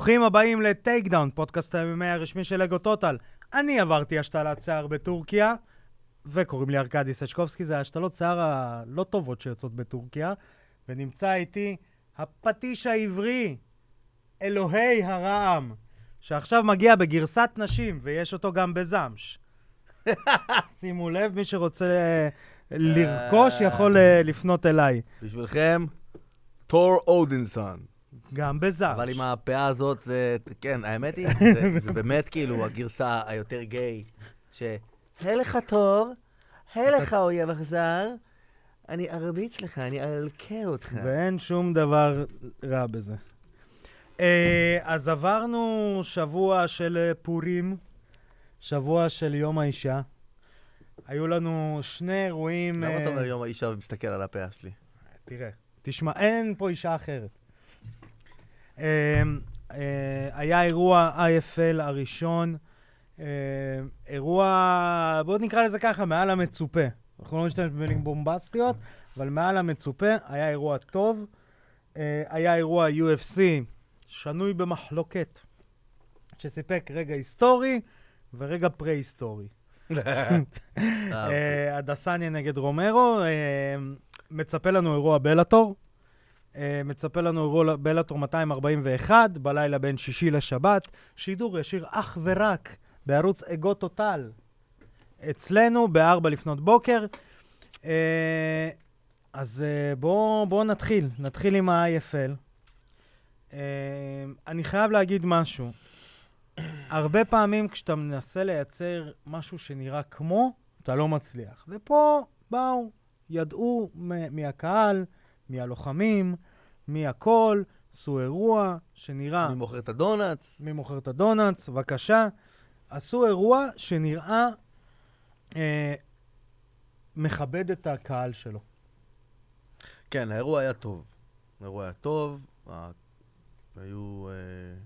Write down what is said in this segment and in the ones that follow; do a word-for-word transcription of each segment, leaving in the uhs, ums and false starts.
ברוכים הבאים לטייק דאון, פודקאסט היומי הרשמי של לגו טוטל. אני עברתי השתלת שיער בטורקיה, וקוראים לי ארקדי סצ'קובסקי, זה השתלות שיער הלא טובות שיוצאות בטורקיה, ונמצא איתי הפטיש העברי, אלוהי הרעם, שעכשיו מגיע בגרסת נשים, ויש אותו גם בזמש. שימו לב, מי שרוצה לרכוש יכול לפנות אליי. בשבילכם, תור אודינסון. גם בזמש. אבל עם הפאה הזאת זה, כן, האמת היא, זה, זה באמת כאילו הגרסה היותר גיי, ש... הלך תור, הלך אויב אכזר, אני ארביץ לך, אני אלכה אותך. ואין שום דבר רע בזה. אז עברנו שבוע של פורים, שבוע של יום האישה. היו לנו שני אירועים... למה אתה אומר יום האישה ומסתכל על הפאה שלי? תראה, תשמע, אין פה אישה אחרת. היה אירוע איי אף אל הראשון, אירוע, בואו נקרא לזה ככה, מעל המצופה. אנחנו לא נשתמש במילים בומבסטיות, אבל מעל המצופה היה אירוע טוב. היה אירוע יו אף סי שנוי במחלוקת, שסיפק רגע היסטורי ורגע פרה-היסטורי. הדסניה נגד רומרו. מצפה לנו אירוע בלאטור. מצפה לנו אירוע בלאטור מאתיים ארבעים ואחת, בלילה בין שישי לשבת. שידור ישיר אך ורק בערוץ אגו טוטל. אצלנו בארבע לפנות בוקר. אז בואו בוא נתחיל. נתחיל עם ה-איי אף אל. אני חייב להגיד משהו. הרבה פעמים כשאתה מנסה לייצר משהו שנראה כמו, אתה לא מצליח. ופה באו, ידעו מהקהל, מהלוחמים, מהכל, עשו אירוע שנראה... מי מוכר את הדונאטס? מי מוכר את הדונאטס, בבקשה. עשו אירוע שנראה אה, מכבד את הקהל שלו. כן, האירוע היה טוב. האירוע היה טוב, ה... היו, אה...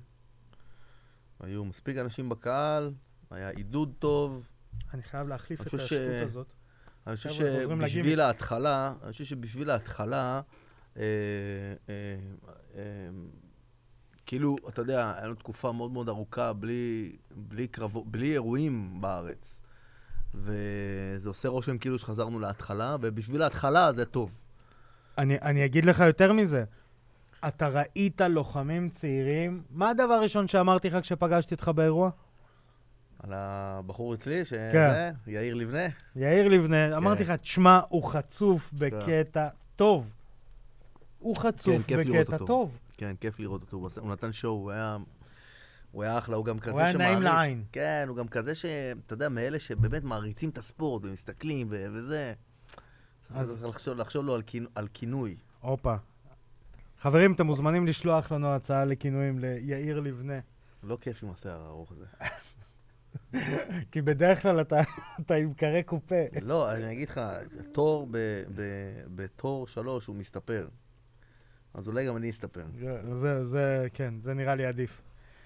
היו מספיק אנשים בקהל, היה עידוד טוב. אני חייב להחליף את השטות ש... הזאת. אני חושב שבשביל ההתחלה, אני חושב שבשביל ההתחלה, אה, אה, אה, כאילו, אתה יודע, היה לנו תקופה מאוד מאוד ארוכה בלי, בלי קרבות, בלי אירועים בארץ. וזה עושה רושם כאילו שחזרנו להתחלה, ובשביל ההתחלה זה טוב. אני, אני אגיד לך יותר מזה. אתה ראית לוחמים צעירים? מה הדבר הראשון שאמרתי לך כשפגשתי אותך באירוע? על הבחור אצלי, שזה כן. יאיר לבנה. יאיר לבנה, כן. אמרתי לך, תשמע, הוא חצוף בקטע טוב. הוא חצוף כן, בקטע טוב. כן, כיף לראות אותו. הוא נתן שואו, הוא היה, הוא היה אחלה, הוא גם כזה הוא היה נעים לעין. כן, הוא גם כזה שאתה יודע, מאלה שבאמת מעריצים את הספורט ומסתכלים ו- וזה. אז צריך לחשוב, לחשוב לו על, כינ... על כינוי. אופה. חברים, אתם מוזמנים לשלוח לנו הצעה לכינויים ליאיר לבנה. לא כיף עם השיער הארוך הזה. כי בדרך כלל אתה, אתה עם קרי קופה. לא, אני אגיד לך, תור ב, ב, בתור שלוש הוא מסתפר. אז אולי גם אני אסתפר. זה, זה, כן, זה נראה לי עדיף.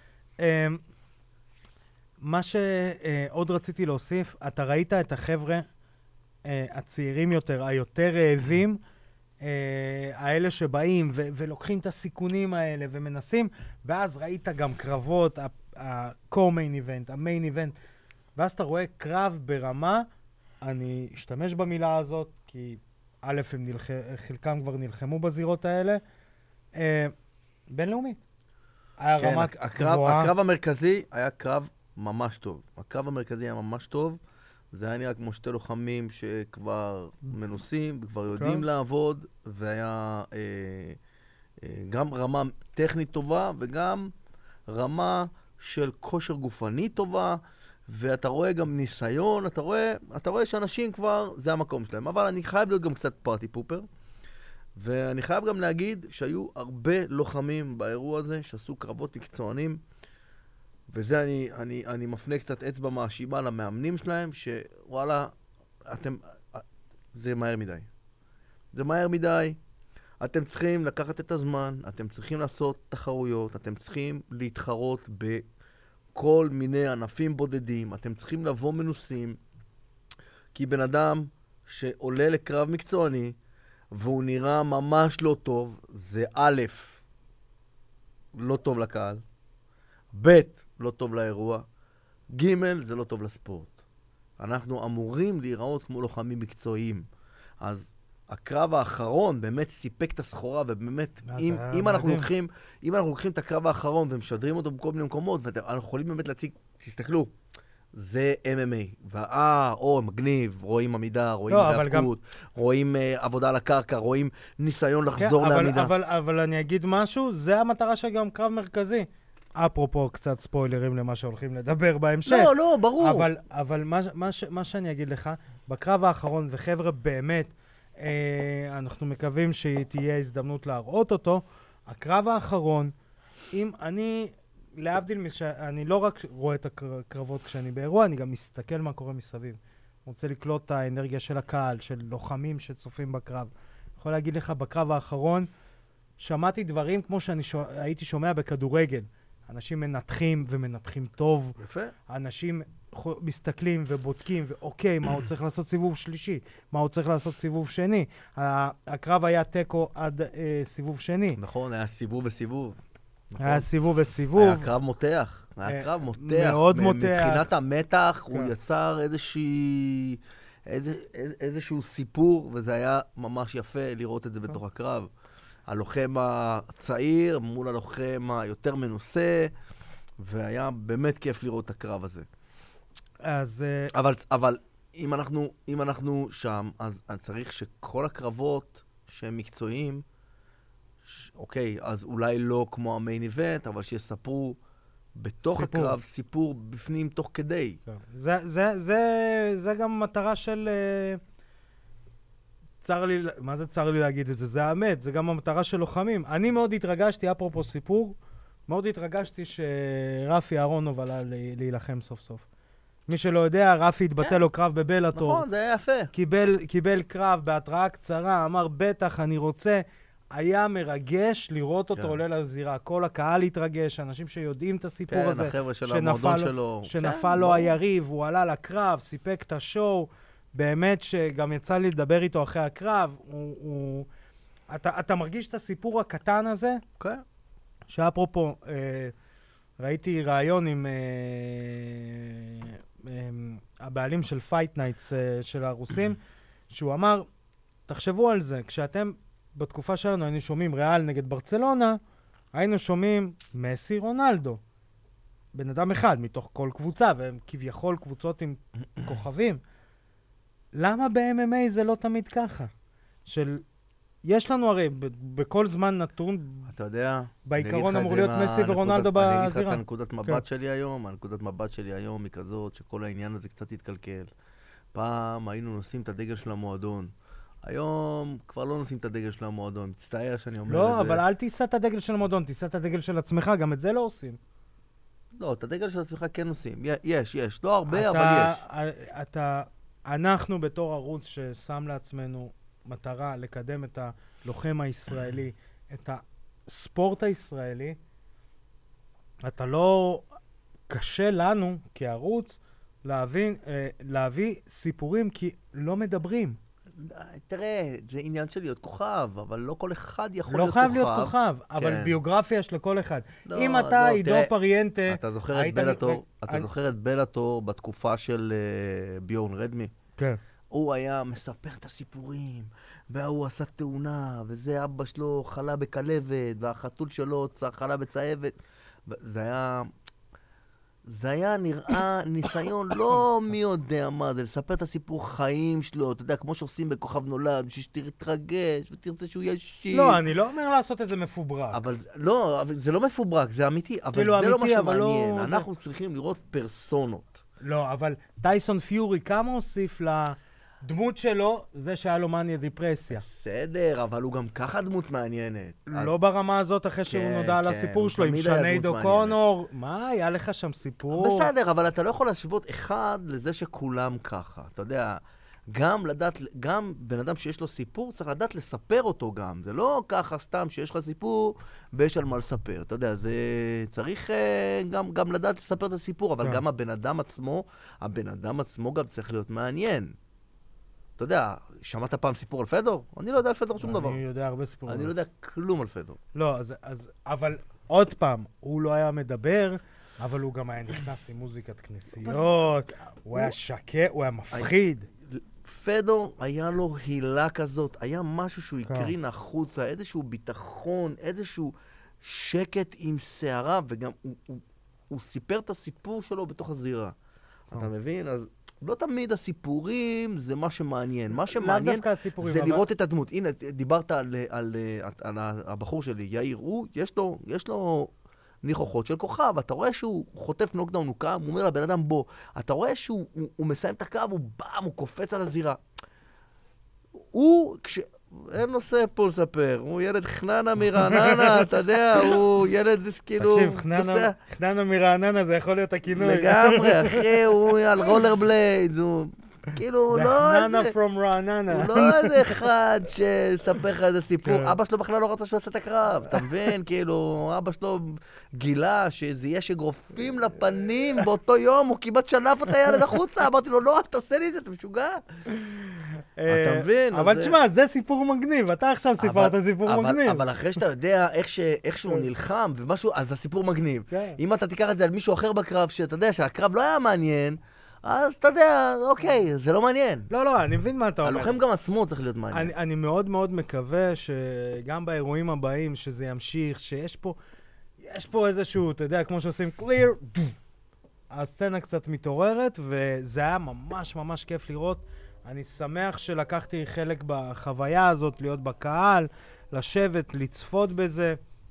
מה שעוד רציתי להוסיף, אתה ראית את החבר'ה הצעירים יותר, היותר רעבים, האלה שבאים ו- ולוקחים את הסיכונים האלה ומנסים, ואז ראית גם קרבות, ה-co-main event, ה-main event, ואז אתה רואה קרב ברמה, אני אשתמש במילה הזאת, כי א' הם נלח... חלקם כבר נלחמו בזירות האלה, אה, בינלאומי. היה כן, רמת הקרב, גבוהה. הקרב המרכזי היה קרב ממש טוב. הקרב המרכזי היה ממש טוב. זה היה נראה כמו שתי לוחמים שכבר מנוסים, וכבר יודעים לעבוד, והיה אה, אה, גם רמה טכנית טובה, וגם רמה של כושר גופני טובה, ואתה רואה גם ניסיון, אתה רואה, אתה רואה שאנשים כבר, זה המקום שלהם. אבל אני חייב להיות גם קצת פארטי פופר, ואני חייב גם להגיד שהיו הרבה לוחמים באירוע הזה, שעשו קרבות מקצוענים, וזה אני, אני, אני מפנה קצת אצבע מאשימה למאמנים שלהם, שוואלה, אתם, זה מהר מדי. זה מהר מדי. אתם צריכים לקחת את הזמן, אתם צריכים לעשות תחרויות, אתם צריכים להתחרות בכל מיני ענפים בודדים, אתם צריכים לבוא מנוסים, כי בן אדם שעולה לקרב מקצועני, והוא נראה ממש לא טוב, זה א', לא טוב לקהל. ב', לא טוב לאירוע, ג', זה לא טוב לספורט. אנחנו אמורים להיראות כמו לוחמים מקצועיים. אז הקרב האחרון באמת סיפק את הסחורה, ובאמת, אם, אם, אנחנו לוקחים, אם אנחנו לוקחים את הקרב האחרון ומשדרים אותו בכל מיני מקומות, ואנחנו יכולים באמת להציג, תסתכלו, זה אם אם איי, ואה, או, מגניב, רואים עמידה, רואים דאבקות, גם... רואים uh, עבודה על הקרקע, רואים ניסיון לחזור כן, לעמידה. אבל, אבל, אבל אני אגיד משהו, זה המטרה של גם קרב מרכזי. אפרופו קצת ספוילרים למה שהולכים לדבר בהמשך. לא, לא, ברור. אבל, אבל מה, מה, מה שאני אגיד לך, בקרב האחרון, וחבר'ה באמת, אה, אנחנו מקווים שתהיה הזדמנות להראות אותו, הקרב האחרון, אם אני, להבדיל, מש... אני לא רק רואה את הקרבות כשאני באירוע, אני גם מסתכל מה קורה מסביב. רוצה לקלוט את האנרגיה של הקהל, של לוחמים שצופים בקרב. יכול להגיד לך, בקרב האחרון, שמעתי דברים כמו שאני ש... הייתי שומע בכדורגל. אנשים מנתחים ומנתחים טוב. יפה. אנשים מסתכלים ובודקים, ואוקיי, מה הוא צריך לעשות סיבוב שלישי? מה הוא צריך לעשות סיבוב שני? הקרב היה טקו עד אה, סיבוב שני. נכון, היה סיבוב וסיבוב. נכון. היה סיבוב וסיבוב. היה קרב מותח. היה קרב מותח. מאוד מותח. מבחינת המתח, הוא יצר איזושהי... איזה, איזשהו סיפור, וזה היה ממש יפה לראות את זה בתוך הקרב. הלוחם הצעיר מול הלוחם היותר מנוסה, והיה באמת כיף לראות את הקרב הזה. אז... אבל, אבל אם אנחנו, אם אנחנו שם, אז צריך שכל הקרבות שהם מקצועיים, ש... אוקיי, אז אולי לא כמו המיין איבנט, אבל שיספרו בתוך סיפור. הקרב סיפור בפנים תוך כדי. זה, זה, זה, זה גם מטרה של... צר לי, מה זה צר לי להגיד את זה? זה האמת, זה גם המטרה של לוחמים. אני מאוד התרגשתי, אפרופו סיפור, מאוד התרגשתי שרפי אהרונוב עלה להילחם סוף סוף. מי שלא יודע, רפי התבטא לו קרב בבלאטור. נכון, זה היה יפה. קיבל, קיבל קרב בהתראה קצרה, אמר, בטח, אני רוצה. היה מרגש לראות אותו עולה לזירה. כל הקהל התרגש, אנשים שיודעים את הסיפור הזה. כן, החבר'ה של המועדון שלו. שנפל לו היריב, הוא עלה לקרב, סיפק את השואו. באמת שגם יצא לי לדבר איתו אחרי הקרב, הוא, הוא... אתה, אתה מרגיש את הסיפור הקטן הזה? כן. Okay. שאפרופו, אה, ראיתי רעיון עם אה, אה, הבעלים של פייט נייטס אה, של הרוסים, שהוא אמר, תחשבו על זה, כשאתם בתקופה שלנו היינו שומעים ריאל נגד ברצלונה, היינו שומעים מסי רונלדו. בן אדם אחד מתוך כל קבוצה, והם כביכול קבוצות עם כוכבים. למה ב-אם אם איי זה לא תמיד ככה? של... יש לנו הרי ב- בכל זמן נתון... אתה יודע... בעיקרון אמור להיות מסי ורונלדו בזירה. אני אגיד לך את הנקודת מבט שלי היום. הנקודת מבט שלי היום היא כזאת שכל העניין הזה קצת התקלקל. פעם היינו נושאים את הדגל של המועדון. היום כבר לא נושאים את הדגל של המועדון. מצטער שאני אומר את זה. לא, אבל אל תישא את הדגל של המועדון, תישא את הדגל של עצמך. גם את זה לא עושים. לא, את הדגל של עצמך כן עושים. יש, יש. לא הרבה, אבל יש. אתה... אנחנו בתור ערוץ ששם לעצמנו מטרה לקדם את הלוחם הישראלי, את הספורט הישראלי, אתה לא... קשה לנו כערוץ להבין, אה, להביא סיפורים כי לא מדברים. תראה, זה עניין של להיות כוכב, אבל לא כל אחד יכול לא להיות כוכב. לא חייב להיות כוכב, אבל כן. ביוגרפיה יש לכל אחד. לא, אם אתה לא, עידו תראה, פריאנטה... אתה זוכר את בלאטור, אתה אני... זוכר את בלאטור בתקופה של uh, ביורן רדמי? כן. הוא היה מספר את הסיפורים, והוא עשה תאונה, וזה אבא שלו חלה בכלבת, והחתול שלו חלה בצהבת. זה היה... זה היה נראה ניסיון לא מי יודע מה, זה לספר את הסיפור חיים שלו, אתה יודע, כמו שעושים בכוכב נולד, בשביל שתתרגש ותרצה שהוא ישיר. לא, אני לא אומר לעשות את זה מפוברק. אבל לא, אבל זה לא מפוברק, זה אמיתי, אבל כאילו זה אמיתי, לא מה אבל שמעניין. לא... אנחנו צריכים לראות פרסונות. לא, אבל טייסון פיורי, כמה הוסיף לדמות שלו, זה שהיה לו מניה דיפרסיה. בסדר, אבל הוא גם ככה דמות מעניינת. לא אז... ברמה הזאת אחרי שהוא נודע על הסיפור שלו, עם שנייד אוקונור. מה, היה לך שם סיפור? בסדר, אבל אתה לא יכול להשוות אחד לזה שכולם ככה. אתה יודע, גם לדעת, גם בן אדם שיש לו סיפור, צריך לדעת לספר אותו גם. זה לא ככה סתם שיש לך סיפור ויש על מה לספר. אתה יודע, זה צריך גם, גם לדעת לספר את הסיפור, אבל גם הבן אדם עצמו, הבן אדם עצמו גם צריך להיות מעניין. אתה יודע, שמעת פעם סיפור על פדור? אני לא יודע על פדור שום דבר. אני יודע הרבה סיפורים. אני לא יודע כלום על פדור. לא, אז, אז, אבל עוד פעם, הוא לא היה מדבר, אבל הוא גם היה נכנס עם מוזיקת כנסיות, הוא היה שקט, הוא היה מפחיד. פדור, היה לו הילה כזאת, היה משהו שהוא הקרין החוצה, איזשהו ביטחון, איזשהו שקט עם שערה, וגם הוא, הוא, הוא סיפר את הסיפור שלו בתוך הזירה. אתה מבין? אז לא תמיד הסיפורים זה מה שמעניין. מה שמעניין זה לראות את הדמות. הנה, דיברת על, על, על, על הבחור שלי, יאיר, הוא, יש לו, יש לו ניחוחות של כוכב, אתה רואה שהוא חוטף נוקדאון, הוא קם, הוא אומר לבן אדם בוא, אתה רואה שהוא הוא, הוא מסיים את הקרב, הוא בא, הוא קופץ על הזירה. הוא, כש... אין נושא פה לספר, הוא ילד חננה מרעננה, אתה יודע, הוא ילד כאילו... תקשיב, חננה, חננה מרעננה זה יכול להיות הכינוי. לגמרי, אחי, הוא על רולר בליידס, הוא כאילו לא איזה... חננה from רעננה. הוא לא איזה אחד שספר לך איזה סיפור. אבא שלו בכלל לא רצה שהוא יעשה את הקרב, אתה מבין? כאילו, אבא שלו גילה שזה יהיה שגרופים לפנים באותו יום, הוא כמעט שלף את הילד החוצה, אמרתי לו, לא, תעשה לי את זה, אתה משוגע. אתה מבין? אבל תשמע, זה סיפור מגניב, אתה עכשיו סיפרת סיפור מגניב. אבל אחרי שאתה יודע איך שהוא נלחם ומשהו, אז הסיפור מגניב. אם אתה תיקח את זה על מישהו אחר בקרב, שאתה יודע שהקרב לא היה מעניין, אז אתה יודע, אוקיי, זה לא מעניין. לא, לא, אני מבין מה אתה אומר. הלוחם גם עצמו צריך להיות מעניין. אני מאוד מאוד מקווה שגם באירועים הבאים, שזה ימשיך, שיש פה, יש פה איזשהו, אתה יודע, כמו שעושים clear, הסצנה קצת מתעוררת, וזה היה ממש ממש כיף לראות. אני שמח שלקחתי חלק בחוויה הזאת, להיות בקהל, לשבת, לצפות בזה.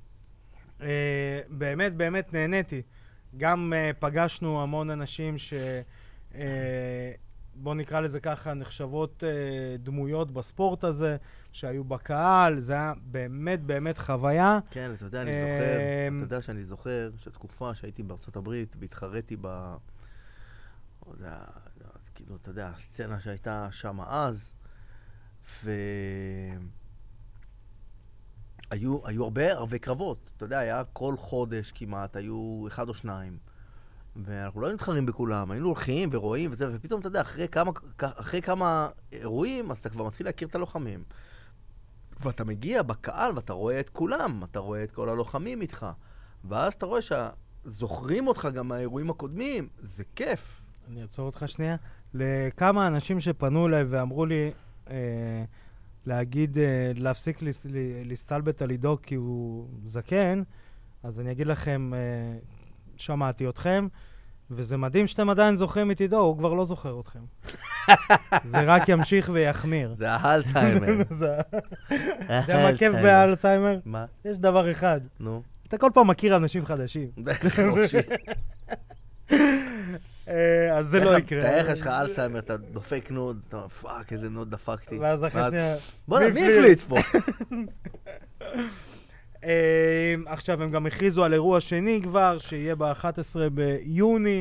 באמת, באמת נהניתי. גם פגשנו המון אנשים ש... בוא נקרא לזה ככה, נחשבות דמויות בספורט הזה, שהיו בקהל, זה היה באמת באמת חוויה. כן, אתה יודע, אני זוכר, אתה יודע שאני זוכר שתקופה שהייתי בארצות הברית, והתחרתי ב... כאילו, אתה יודע, הסצנה שהייתה שם אז, והיו היו הרבה, הרבה קרבות. אתה יודע, היה כל חודש כמעט, היו אחד או שניים. ואנחנו לא מתחרים בכולם, היינו הולכים ורואים וזה, ופתאום, אתה יודע, אחרי כמה, אחרי כמה אירועים, אז אתה כבר מתחיל להכיר את הלוחמים. ואתה מגיע בקהל ואתה רואה את כולם, אתה רואה את כל הלוחמים איתך. ואז אתה רואה שזוכרים אותך גם מהאירועים הקודמים, זה כיף. אני אעצור אותך שנייה. לכמה אנשים שפנו אליי ואמרו לי אה, להגיד, אה, להפסיק לס, להסתלבט על עידו כי הוא זקן, אז אני אגיד לכם, אה, שמעתי אתכם, וזה מדהים שאתם עדיין זוכרים את עידו, הוא כבר לא זוכר אתכם. זה רק ימשיך ויחמיר. זה האלצהיימר. אתה יודע מה כיף באלצהיימר? מה? יש דבר אחד. נו. אתה כל פעם מכיר אנשים חדשים. חופשי. אז זה לא יקרה. תאר לך, יש לך אלצהיימר, אתה דופק נוד, אתה אומר, פאק, איזה נוד דפקתי. ואז אחרי שנייה... בוא נביא הפליץ פה. עכשיו, הם גם הכריזו על אירוע שני כבר, שיהיה ב-אחד עשר ביוני.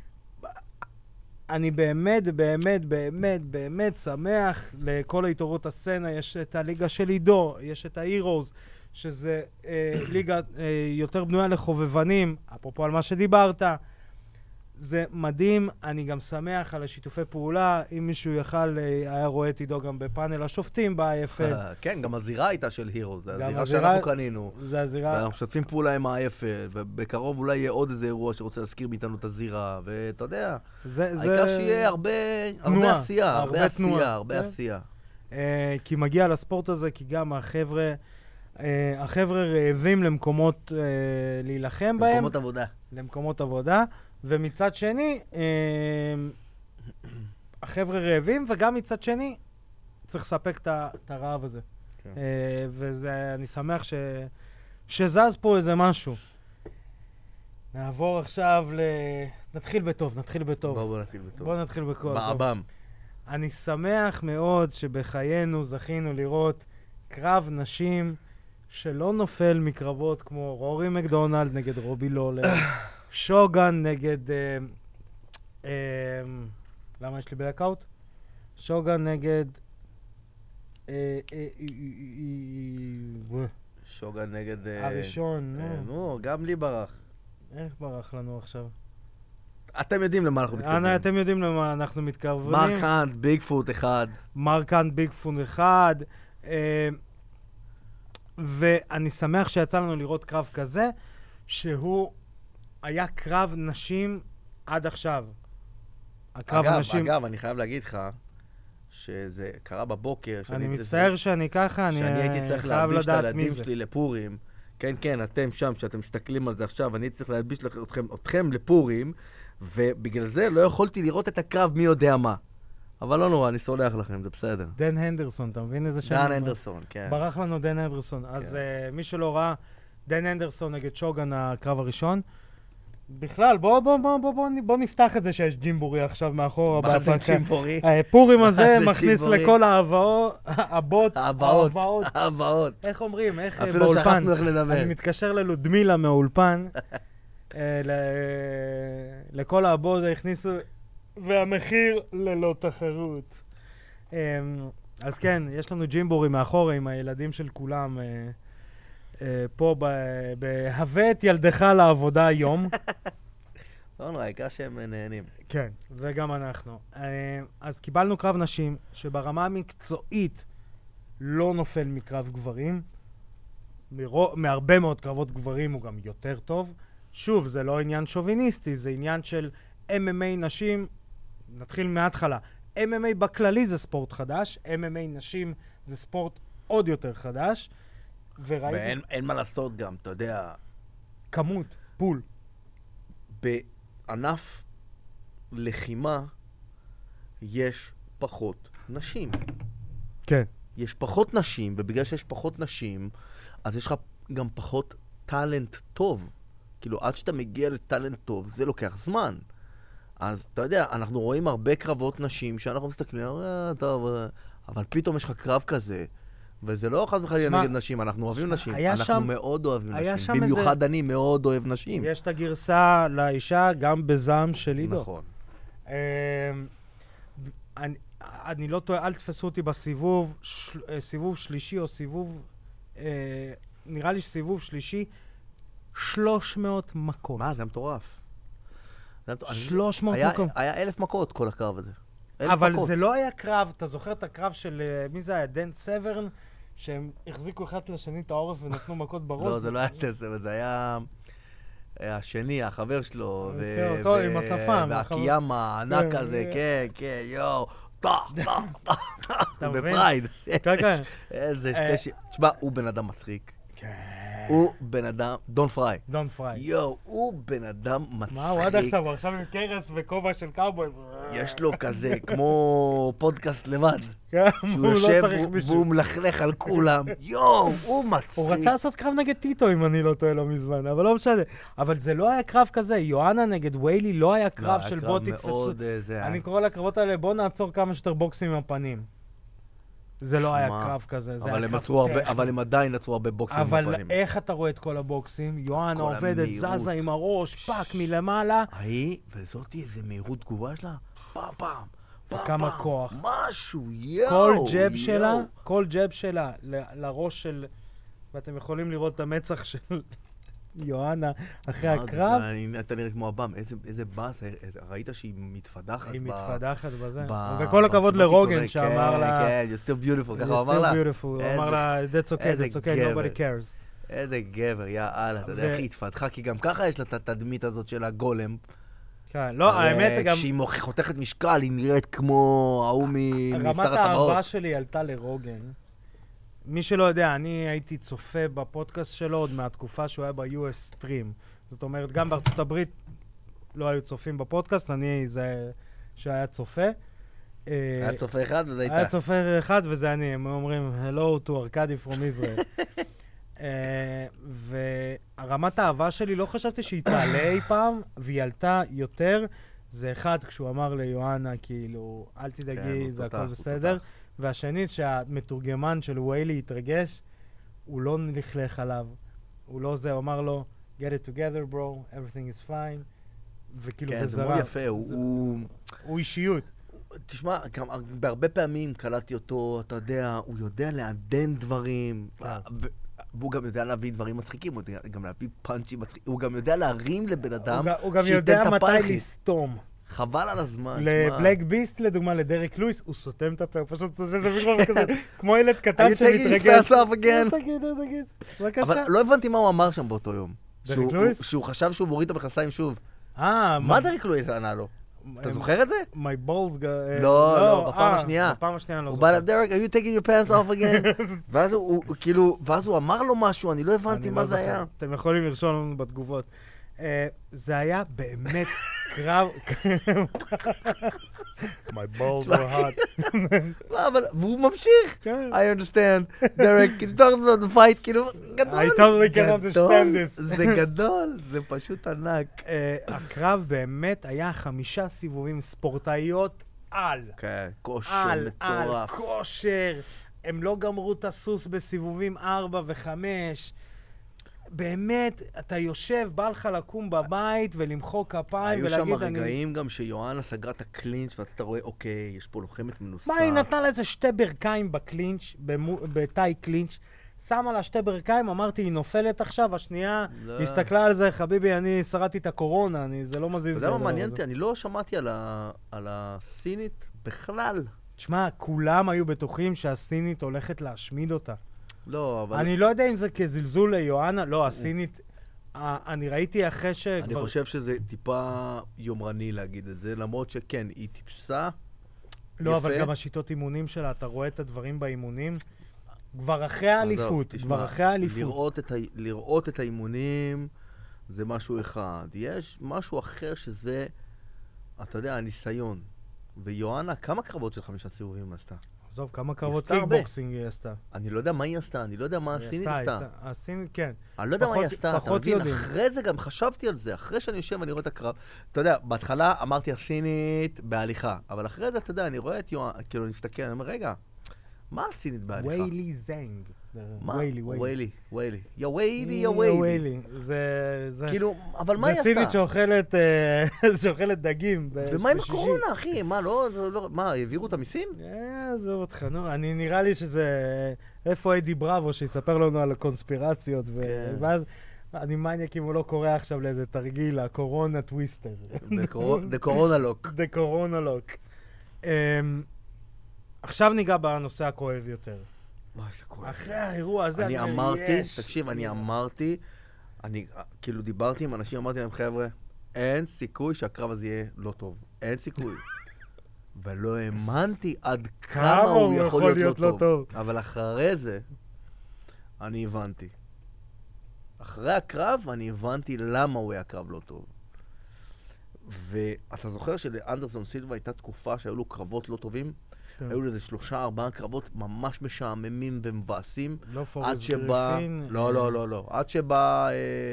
אני באמת, באמת, באמת, באמת שמח לכל ההתעוררות הסצנה. יש את הליגה של עידו, יש את ההירוז, שזה ליגה יותר בנויה לחובבנים, אפרופו על מה שדיברת. זה מדהים, אני גם שמח על השיתופי פעולה, אם מישהו יכל, היה רואה את עידו גם בפאנל השופטים ב-איי אף אל. כן, גם הזירה הייתה של הירו, זה הזירה שאנחנו קנינו. זה הזירה. ואנחנו משתפים פעולה עם ה-איי אף אל, ובקרוב אולי יהיה עוד איזה אירוע שרוצה להזכיר מאיתנו את הזירה, ואתה יודע, העיקר שיהיה הרבה עשייה, הרבה עשייה, הרבה עשייה. כי מגיע לספורט הזה, כי גם החבר'ה, החבר'ה רעבים למקומות להילחם בהם. למקומות עבודה. למקומות עבודה. ומצד שני, החבר'ה רעבים, וגם מצד שני, צריך לספק את הרעב הזה. ואני שמח שזז פה איזה משהו. נעבור עכשיו ל... נתחיל בטוב, נתחיל בטוב. בואו נתחיל בטוב. בואו נתחיל בטוב. בעבם. אני שמח מאוד שבחיינו זכינו לראות קרב נשים שלא נופל מקרבות כמו רורי מקדונלד נגד רובי לולר. שוגן נגד... למה יש לי בלקאוט? שוגן נגד... שוגן נגד... הראשון, נו. נו, גם לי ברח. איך ברח לנו עכשיו? אתם יודעים למה אנחנו מתכוונים. אתם יודעים למה אנחנו מתכוונים. מרקאנט, ביגפוט אחד. מרקאנט, ביגפוט אחד. ואני שמח שיצא לנו לראות קרב כזה, שהוא היה קרב נשים עד עכשיו. הקרב אגב, הנשים... אגב, אני חייב להגיד לך, שזה קרה בבוקר, אני מצטער שאני ככה, אני שאני הייתי צריך חייב להלביש את לדעת מי הילדים זה. שלי לפורים. כן, כן, אתם שם, שאתם מסתכלים על זה עכשיו, אני צריך להלביש אתכם, אתכם לפורים, ובגלל זה לא יכולתי לראות את הקרב מי יודע מה. אבל לא נורא, אני סולח לכם, זה בסדר. דן הנדרסון, אתה מבין איזה שם? דן הנדרסון, כן. ברח לנו דן הנדרסון. אז מי שלא ראה, דן הנדרסון נגד שוגן, הקרב הראשון. בכלל, בוא, בוא, בוא, בוא, בוא, בוא נפתח את זה שיש ג'ימבורי עכשיו מאחורה. מה זה ג'ימבורי? פורים הזה מכניס לכל ההבאות, הבאות, ההבאות, ההבאות. איך אומרים? איך באולפן? אפילו שכחנו איך לדבר. אני מתקשר ללודמילה מהאולפן, לכל ההבאות הכניסו, והמחיר ללא תחרות. אז כן, יש לנו ג'ימבורי מאחורה עם הילדים של כולם. פה בהווה את ילדך לעבודה היום. לא נראה, העיקר שהם נהנים. כן, וגם אנחנו. אז קיבלנו קרב נשים, שברמה המקצועית לא נופל מקרב גברים. מהרבה מאוד קרבות גברים הוא גם יותר טוב. שוב, זה לא עניין שוביניסטי, זה עניין של אם אם איי נשים. נתחיל מההתחלה. אם אם איי בכללי זה ספורט חדש, אם אם איי נשים זה ספורט עוד יותר חדש. ואין אין מה לעשות גם, אתה יודע... כמות, פול. בענף לחימה יש פחות נשים. כן. יש פחות נשים, ובגלל שיש פחות נשים, אז יש לך גם פחות טלנט טוב. כאילו, עד שאתה מגיע לטלנט טוב, זה לוקח זמן. אז אתה יודע, אנחנו רואים הרבה קרבות נשים שאנחנו מסתכלים, אה, טוב, אבל פתאום יש לך קרב כזה, וזה לא חס וחלילה נגד נשים, אנחנו אוהבים נשים. אנחנו שם, מאוד אוהבים נשים. במיוחד איזה... אני מאוד אוהב נשים. יש את הגרסה לאישה גם בזעם של עידו. נכון. אני, אני לא טועה, אל תפסו אותי בסיבוב, של, סיבוב שלישי או סיבוב, אה, נראה לי סיבוב שלישי, שלוש מאות מכות. מה? זה מטורף. שלוש מאות היה, מכות. היה אלף מכות כל הקרב הזה. אבל מכות. זה לא היה קרב, אתה זוכר את הקרב של, מי זה היה? דן סברן, שהם החזיקו אחד לשני את העורף ונתנו מכות בראש? לא, זה לא היה דן סברן, זה היה השני, החבר שלו, אותו עם השפם. והקיימה הענק הזה, כן, כן, יואו, טה, טה, טה, טה, בפרייד. איזה שתי ש... תשמע, הוא בן אדם מצחיק. הוא בן אדם, דון פריי. דון פריי. יואו, הוא בן אדם מצחיק. מה, הוא עד עכשיו, הוא עכשיו עם קרס וכובע של קאובוי. יש לו כזה, כמו פודקאסט לבד. כן, הוא לא צריך מישהו. והוא מלכלך על כולם. יואו, הוא מצחיק. הוא רצה לעשות קרב נגד טיטו, אם אני לא טועה לו מזמן, אבל לא משנה. אבל זה לא היה קרב כזה. יואנה נגד ויילי לא היה קרב של בוא תתפסו. אני קורא לקרבות האלה, בוא נעצור כמה שיותר בוקסים עם הפנים. זה לא היה קרב כזה, זה היה קרב טכני. אבל הם עדיין עצרו הרבה בוקסים עם הפנים. אבל איך אתה רואה את כל הבוקסים? יואנה עובדת, זזה עם הראש, פאק מלמעלה. ההיא, וזאתי איזה מהירות תגובה שלה, פעם פעם, פעם כמה כוח. משהו, יואו. כל ג'ב שלה, כל ג'ב שלה לראש של... ואתם יכולים לראות את המצח של יואנה אחרי הקרב. אתה נראה כמו הבם, איזה באס, ראית שהיא מתפדחת? היא מתפדחת בזה. וכל הכבוד לרוגן שאמר לה... כן, you're still beautiful, ככה הוא אמר לה. You're still beautiful, הוא אמר לה, that's okay, that's okay, nobody cares. איזה גבר, יאללה, אתה יודע איך היא התפתחה, כי גם ככה יש לה את התדמית הזאת של הגולם. כן, לא, האמת גם... כשהיא חותכת משקל, היא נראית כמו ההוא משר הטבעות. רמת האהבה שלי עלתה לרוגן. מי שלא יודע, אני הייתי צופה בפודקאסט שלו עוד מהתקופה שהוא היה ב-יו אס Stream. זאת אומרת, גם בארצות הברית לא היו צופים בפודקאסט, אני זה שהיה צופה. היה צופה אחד וזה הייתה. היה צופה אחד וזה אני, הם אומרים, hello to Arkady from Israel. והרמת האהבה שלי לא חשבתי שהיא תעלה אי פעם, והיא עלתה יותר. זה אחד, כשהוא אמר ליואנה, כאילו, אל תדאגי, זה הכל בסדר. והשני, שהמתורגמן של ויילי התרגש, הוא לא נלכלך עליו. הוא לא זה, הוא אמר לו, get it together, bro, everything is fine. וכאילו, כן, זה מאוד יפה, הוא... הוא אישיות. תשמע, בהרבה פעמים קלטתי אותו, אתה יודע, הוא יודע לעדן דברים, והוא גם יודע להביא דברים מצחיקים, הוא יודע גם להביא פאנצ'ים מצחיקים, הוא גם יודע להרים לבן אדם הוא גם יודע מתי לסתום. חבל על הזמן. לבלק ביסט, לדוגמה, לדרק לואיס, הוא סותם את הפה, הוא פשוט סותם את הפה כזה, כמו ילד קטן שמתרגש. תגיד, תגיד, תגיד, תגיד, בבקשה. אבל לא הבנתי מה הוא אמר שם באותו יום. דריק לואיס? שהוא חשב שהוא מוריד את המכנסיים שוב. אה, מה דריק לואיס ענה לו? אתה זוכר את זה? My balls... לא, לא, בפעם השנייה. בפעם השנייה אני לא הוא זוכר. בא אליו, דריק, are you taking your pants off again? ואז הוא, כאילו, ואז הוא אמר לו משהו, אני לא הבנתי מה זה היה. אתם יכולים לרשום לנו בתגובות. זה היה באמת קרב... My balls were hot. אבל הוא ממשיך. I understand. דריק, can you talk about the fight? כאילו, גדול. I totally can understand this. זה גדול, זה פשוט ענק. הקרב באמת היה חמישה סיבובים ספורטאיות על. כן, כושר מטורף. על, כושר. הם לא גמרו את הסוס בסיבובים ארבע וחמש. באמת, אתה יושב, בא לך לקום בבית ולמחוא כפיים ולהגיד... היו שם רגעים גם שיואנה סגרה את הקלינץ' ואז אתה רואה, אוקיי, יש פה לוחמת מנוסה. מה, היא נתנה לה איזה שתי ברכיים בקלינץ', בתאי קלינץ', שמה לה שתי ברכיים, אמרתי, היא נופלת עכשיו, השנייה הסתכלה על זה, חביבי, אני שרדתי את הקורונה, זה לא מזיז. אתה יודע מה מעניין אותי? אני לא שמעתי על הסינית בכלל. תשמע, כולם היו בטוחים שהסינית הולכת להשמיד אותה. לא, אבל... אני לא יודע אם זה כזלזול ליואנה, לא, הסינית, אני ראיתי אחרי ש... אני חושב שזה טיפה יומרני להגיד את זה, למרות שכן, היא טיפסה יפה. לא, אבל גם השיטות אימונים שלה, אתה רואה את הדברים באימונים, כבר אחרי האליפות, כבר אחרי האליפות. לראות את האימונים זה משהו אחד. יש משהו אחר שזה, אתה יודע, הניסיון. ויואנה, כמה קרבות של חמישה סיבובים עשתה? עזוב, כמה קרבות קיקבוקסינג היא עשתה. אני לא יודע מה היא עשתה, אני לא יודע מה הסינית עשתה. הסינית, כן. אני לא יודע מה היא עשתה, אתה מבין? אחרי זה גם חשבתי על זה, אחרי שאני יושב ואני רואה את הקרב. אתה יודע, בהתחלה אמרתי הסינית בהליכה, אבל אחרי זה, אתה יודע, אני רואה את יואנה, כאילו, אני מסתכל, אני אומר, רגע, מה הסינית בהליכה? ויילי זנג. מה? ויילי, ויילי, ויילי. יא ויילי, יא ויילי. זה... כאילו, אבל מה היא עשתה? זה סינית שאוכלת דגים. ומה עם הקורונה, אחי? מה, לא... מה, העבירו אותה מסין? עזוב אותך, נו. אני נראה לי שזה... איפה אדי בראבו שיספר לנו על הקונספירציות, ואז... אני מניאק אם הוא לא קורא עכשיו לאיזה תרגיל, הקורונה טוויסטר. The קורונה לוק. The קורונה לוק. עכשיו ניגע בנושא הכואב יותר. וואי, זה כואב. אחרי האירוע הזה, אני אמרתי, תקשיב, אני אמרתי, אני כאילו דיברתי עם אנשים, אמרתי להם, חבר'ה, אין סיכוי שהקרב הזה יהיה לא טוב. אין סיכוי. ולא האמנתי עד כמה הוא יכול להיות לא טוב. אבל אחרי זה, אני הבנתי. אחרי הקרב, אני הבנתי למה הוא היה קרב לא טוב. ואתה זוכר שלאנדרסון סילבה הייתה תקופה שהיו לו קרבות לא טובים? היו לזה שלושה, ארבעה קרבות ממש משעממים ומבאסים. לא פורס גריפין. לא, לא, לא, לא. עד שבא...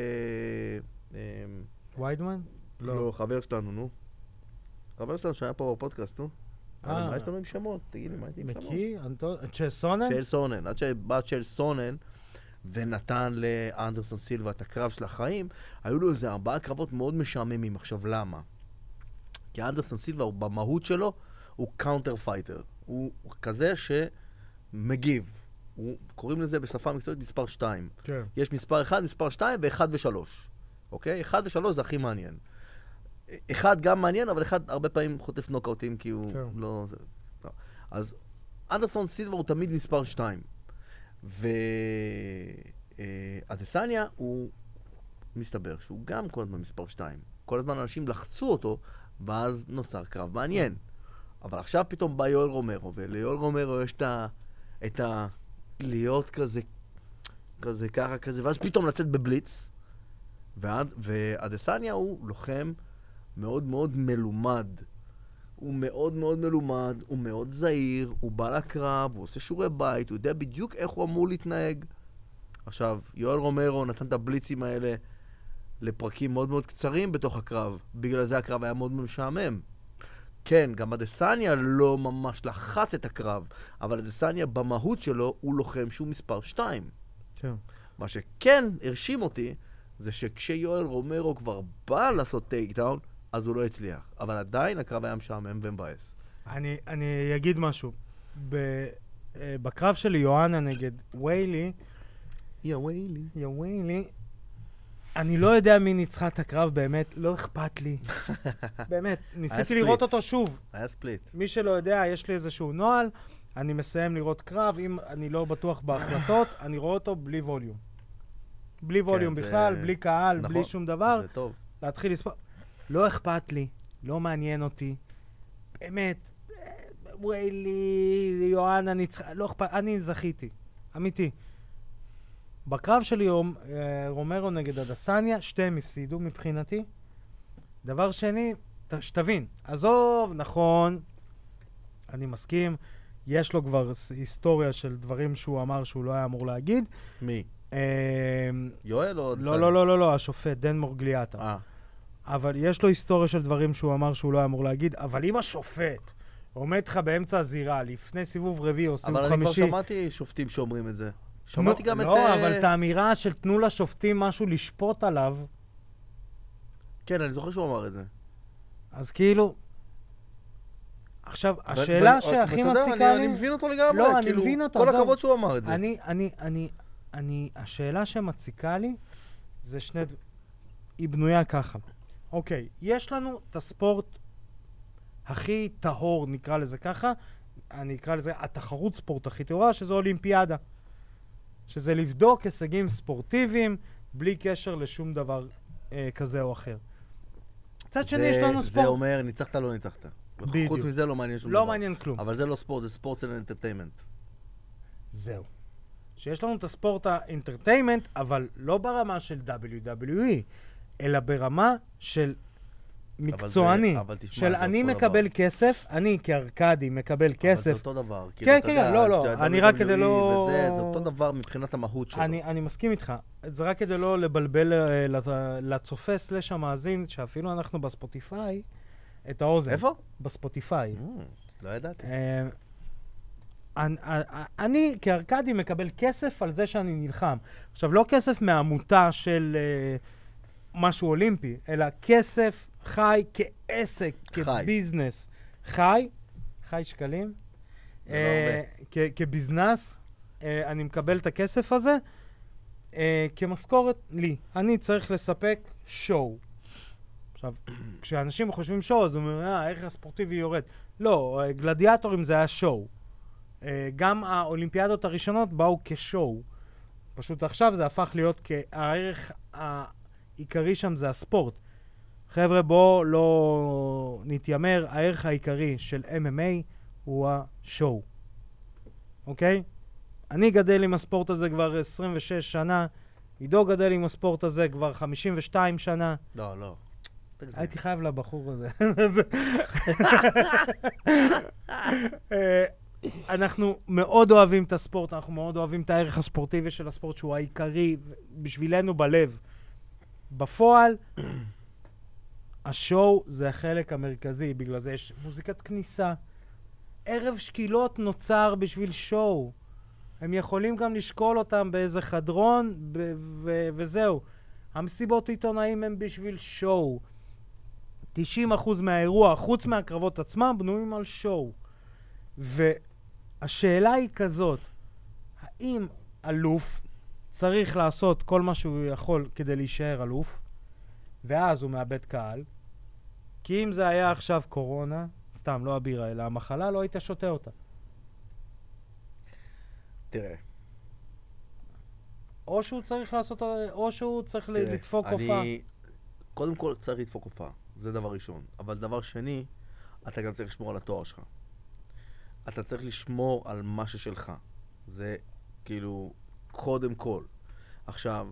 ויידמן? לא, חבר שלנו, נו. חבר שלנו שהיה פה בפודקאסט, נו. מה יש לנו עם שמות? תגיד לי, מה הייתי עם שמות? מקי? צ'ל סונן? צ'ל סונן. עד שבא צ'ל סונן ונתן לאנדרסון סילבה את הקרב של החיים, היו לו איזה ארבעה קרבות מאוד משעממים. עכשיו, למה? כי אנדרסון סילבה, במהות שלו, הוא קאונטר פייטר. הוא כזה שמגיב. הוא, קוראים לזה בשפה מקצועית מספר שתיים. כן. יש מספר אחד, מספר שתיים ואחד ושלוש. אוקיי? אחד ושלוש זה הכי מעניין. אחד גם מעניין, אבל אחד הרבה פעמים חוטף נוקאוטים, כי הוא כן. לא... זה, לא. אז אנדרסון סילבה הוא תמיד מספר שתיים. ואדסניה הוא מסתבר שהוא גם כל הזמן מספר שתיים. כל הזמן אנשים לחצו אותו, ואז נוצר קרב מעניין. אבל עכשיו פתאום בא יואל רומרו, וליואל רומרו יש את ה... את ה... להיות כזה, כזה ככה כזה, ואז פתאום לצאת בבליץ. ועד, ואדסניה הוא לוחם מאוד מאוד מלומד. הוא מאוד מאוד מלומד, הוא מאוד זהיר, הוא בא לקרב, הוא עושה שיעורי בית, הוא יודע בדיוק איך הוא אמור להתנהג. עכשיו, יואל רומרו נתן את הבליצים האלה לפרקים מאוד מאוד קצרים בתוך הקרב. בגלל זה הקרב היה מאוד משעמם. כן, גם אדסניה לא ממש לחץ את הקרב, אבל אדסניה במהות שלו הוא לוחם שהוא מספר שתיים. כן. מה שכן הרשים אותי, זה שכשיואל רומרו כבר בא לעשות טייק דאון, אז הוא לא הצליח. אבל עדיין הקרב היה משעמם ומבאס. אני, אני אגיד משהו. ב, אה, בקרב של יואנה נגד ויילי, יא ויילי. יא ויילי, אני לא יודע מי ניצחה את הקרב באמת, לא אכפת לי. באמת, ניסיתי לראות אותו שוב. היה ספליט. מי שלא יודע, יש לי איזשהו נוהל, אני מסיים לראות קרב, אם אני לא בטוח בהחלטות, אני רואה אותו בלי ווליום. בלי ווליום זה- בכלל, בלי קהל, נכון, בלי שום דבר, זה טוב. להתחיל לספור. לא אכפת לי, לא מעניין אותי. באמת, אה, ויילי, יואנה ניצחה, לא אכפת, אני זכיתי. אמיתי. בקרב שלי רומ- אה, רומרו נגד אדסניה, שתיהם הפסידו מבחינתי. דבר שני, ת- שתבין, עזוב, נכון, אני מסכים, יש לו כבר ס- היסטוריה של דברים שהוא אמר שהוא לא היה אמור להגיד. מי? אה, יואל או... לא, לא, לא, לא, לא, השופט, דן מורגליאטה. אה. אבל יש לו היסטוריה של דברים שהוא אמר שהוא לא היה אמור להגיד, אבל אם השופט עומד לך באמצע הזירה, לפני סיבוב רביעי או סיבוב אבל חמישי... אני כבר שמעתי שופטים שאומרים את זה. שמעתי גם את... לא, אה, אבל את האמירה של תנו לשופטים משהו לשפוט עליו, כן, אני זוכר שהוא אמר את זה. אז כאילו... עכשיו, ו- השאלה ו- שהכי ואתה יודע, מציקה אני- לי... אני מבין אותו לגמרי. לא, אני כאילו, מבין אותו, כל עזוב. הכבוד שהוא אמר את זה. אני, אני, אני, אני, השאלה שמציקה לי זה שני... ד- היא בנויה ככה. אוקיי, יש לנו את הספורט הכי טהור, נקרא לזה ככה, אני אקרא לזה התחרות ספורט הכי טהורה, שזה אולימפיאדה. שזה לבדוק הישגים ספורטיביים, בלי קשר לשום דבר אה, כזה או אחר. מצד שני, זה- יש לנו זה ספורט. אומר, ניצחת, לא ניצחת. בדיוק. חוץ מזה לא מעניין שום לא דבר. מעניין כלום. אבל זה לא ספורט, זה ספורט של אנטרטיימנט. זהו. שיש לנו את הספורט האינטרטיימנט, אבל לא ברמה של דאבליו דאבליו אי, אלא ברמה של מקצועני. אבל תשמע, של זה אני אותו מקבל דבר. כסף, אני כארקדי מקבל אבל זה כסף. אותו דבר. כאילו, כן, אתה כן, יודע, לא, לא, ה- אני רק כדי דאבליו דאבליו אי לא- וזה, זה אותו דבר מבחינת המהות שלו. אני, אני מסכים איתך. זה רק כדי לא לבלבל אה, לצ- לצופה סלש המאזין, שאפילו אנחנו בספוטיפיי, את האוזן. איפה? בספוטיפיי. Mm, לא ידעתי. אה, אני, אני כארקדי מקבל כסף על זה שאני נלחם. עכשיו, לא כסף מהעמותה של אה, משהו אולימפי, אלא כסף חי כעסק, חי. כביזנס. חי, חי שקלים. זה לא אה, כ- כביזנס, אה, אני מקבל את הכסף הזה אה, כמשכורת לי. אני צריך לספק שואו. עכשיו, כשאנשים חושבים שואו, אז הם אומרים, אה, הערך הספורטיבי יורד. לא, אה, גלדיאטורים זה היה שואו. אה, גם האולימפיאדות הראשונות באו כשואו. פשוט עכשיו זה הפך להיות כהערך העיקרי שם זה הספורט. חבר'ה, בואו לא נתיימר, הערך העיקרי של אם אם איי הוא השואו. אוקיי? אני גדל עם הספורט הזה כבר עשרים ושש שנה, עידו גדל עם הספורט הזה כבר חמישים ושתיים שנה. לא, לא. תגזים. הייתי חייב לבחור הזה. אה, אנחנו מאוד אוהבים את הספורט, אנחנו מאוד אוהבים את הערך הספורטיבי של הספורט שהוא העיקרי בשבילנו בלב. בפועל, השואו זה החלק המרכזי, בגלל זה יש מוזיקת כניסה. ערב שקילות נוצר בשביל שואו. הם יכולים גם לשקול אותם באיזה חדרון, ב- ו- וזהו. המסיבות עיתונאים הם בשביל שואו. תשעים אחוז מהאירוע, חוץ מהקרבות עצמם, בנויים על שואו. והשאלה היא כזאת, האם אלוף צריך לעשות כל מה שהוא יכול כדי להישאר אלוף, ואז הוא מאבד קהל? כי אם זה היה עכשיו קורונה, סתם, לא הבירה, אלא המחלה, לא היית שותה אותה. תראה. או שהוא צריך לעשות, או שהוא צריך תראה, לדפוק אני- הופעה. קודם כל צריך לדפוק הופעה, זה דבר ראשון. אבל דבר שני, אתה גם צריך לשמור על התואר שלך. אתה צריך לשמור על מה ששלך. זה כאילו, קודם כל. עכשיו,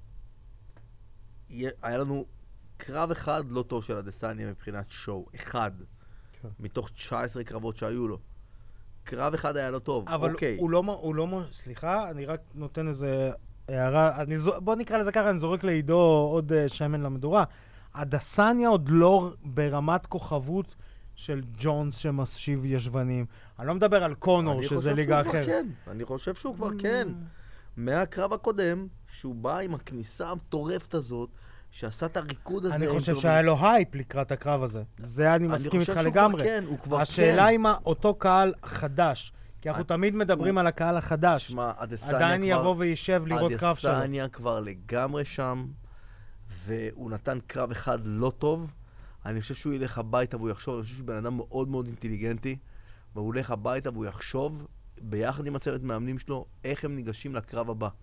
יה- היה לנו קרב אחד לא טוב של אדסניה מבחינת שואו. אחד. כן. מתוך תשע עשרה קרבות שהיו לו. קרב אחד היה לא טוב, אבל אוקיי. הוא לא, מ- הוא לא, מ- סליחה, אני רק נותן איזה הערה, אני זו, בוא נקרא לזה ככה, אני זורק לעידו עוד uh, שמן למדורה. אדסניה עוד לא ברמת כוכבות של ג'ונס שמשיב ישבנים. אני לא מדבר על קונור, אני שזה חושב ליגה שהוא כבר אחרת. כן. אני חושב שהוא כבר כן. מהקרב הקודם, שהוא בא עם הכניסה המטורפת הזאת, שעשה את הריקוד הזה. אני עם חושב טובי- שהיה לו הייפ לקראת הקרב הזה. זה אני מסכים איתך אני חושב שהוא לגמרי. כבר כן, הוא כבר השאלה כן. אם אותו קהל חדש, כי אנחנו עד- תמיד מדברים הוא- על הקהל החדש, תשמע, אדסניה עדיין כבר... יבוא וישב לראות קרב שלו. אדסניה כבר לגמרי שם, והוא נתן קרב אחד לא טוב. אני חושב שהוא ילך הביתה והוא יחשוב, אני חושב שהוא בן אדם מאוד מאוד אינטליגנטי, והוא הולך הביתה והוא יחשוב, ביחד עם הצוות מאמנים שלו, איך הם ניגשים לקרב הבא.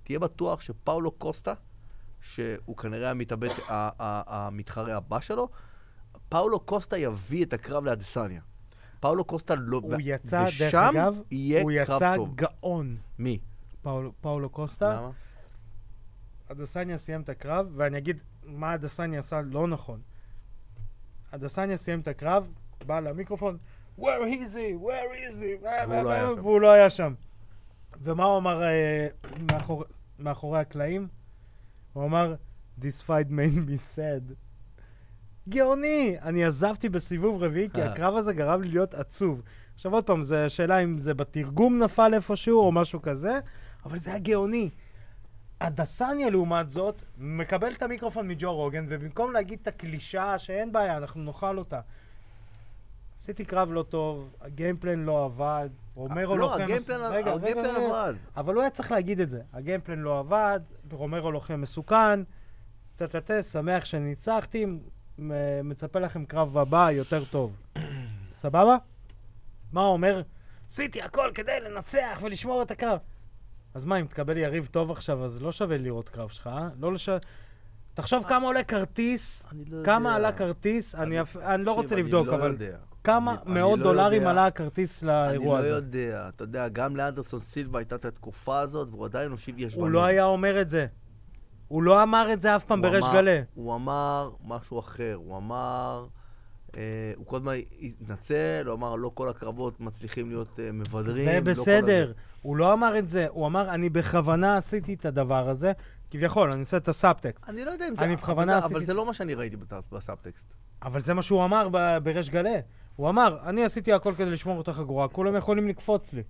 תהיה בטוח שפאולו קוסטה, שהוא כנראה המתאבט, המתחרה הבא שלו, פאולו קוסטה יביא את הקרב לאדסניה. פאולו קוסטה לא... הוא יצא, דרך אגב, הוא יצא גאון. מי? פאולו קוסטה. למה? אדסניה סיים את הקרב, ואני אגיד מה אדסניה עשה לא נכון. אדסניה סיים את הקרב, בא למיקרופון, where is he? where is he? והוא לא היה שם. ומה הוא אמר מאחורי הקלעים? הוא אמר, this fight made me sad. גאוני! אני עזבתי בסיבוב רביעי, כי הקרב הזה גרם לי להיות עצוב. עכשיו עוד פעם, זו שאלה אם זה בתרגום נפל איפשהו או משהו כזה, אבל זה היה גאוני. אדסניה לעומת זאת, מקבל את המיקרופון מג'ו רוגן, ובמקום להגיד את הקלישה שאין בעיה, אנחנו נאכל אותה. עשיתי קרב לא טוב, הגיימפלן לא עבד, רומרו לוחם... לא, הגיימפלן עבד. אבל הוא היה צריך להגיד את זה. הגיימפלן לא עבד, רומרו לוחם מסוכן, תתתה, שמח שניצחתי, מצפה לכם קרב הבא יותר טוב. סבבה? מה הוא אומר? עשיתי הכל כדי לנצח ולשמור את הקרב. אז מה, אם תקבל יריב טוב עכשיו, אז לא שווה לראות קרב שלך, אה? לא לש... תחשוב כמה עולה כרטיס, כמה עלה כרטיס, אני לא רוצה לבדוק, אבל כמה מאות דולרים עלה הכרטיס לאירוע הזה. אני לא יודע, אתה יודע, גם לאנדרסון סילבה הייתה את התקופה הזאת, והוא עדיין הושיב ישבנים. הוא לא היה אומר את זה. הוא לא אמר את זה אף פעם בריש גלי. הוא אמר משהו אחר, הוא אמר... הוא קודם התנצל, הוא אמר לא כל הקרבות מצליחים להיות מבדרים. זה בסדר, הוא לא אמר את זה, הוא אמר אני בכוונה עשיתי את הדבר הזה, כביכול, אני עושה את הסאבטקסט. אני לא יודע אם זה, אבל זה לא מה שאני ראיתי בסאבטקסט. אבל זה מה שהוא אמר בריש גלי. הוא אמר, אני עשיתי הכל כדי לשמור אותך גרוע, כולם יכולים לקפוץ לי.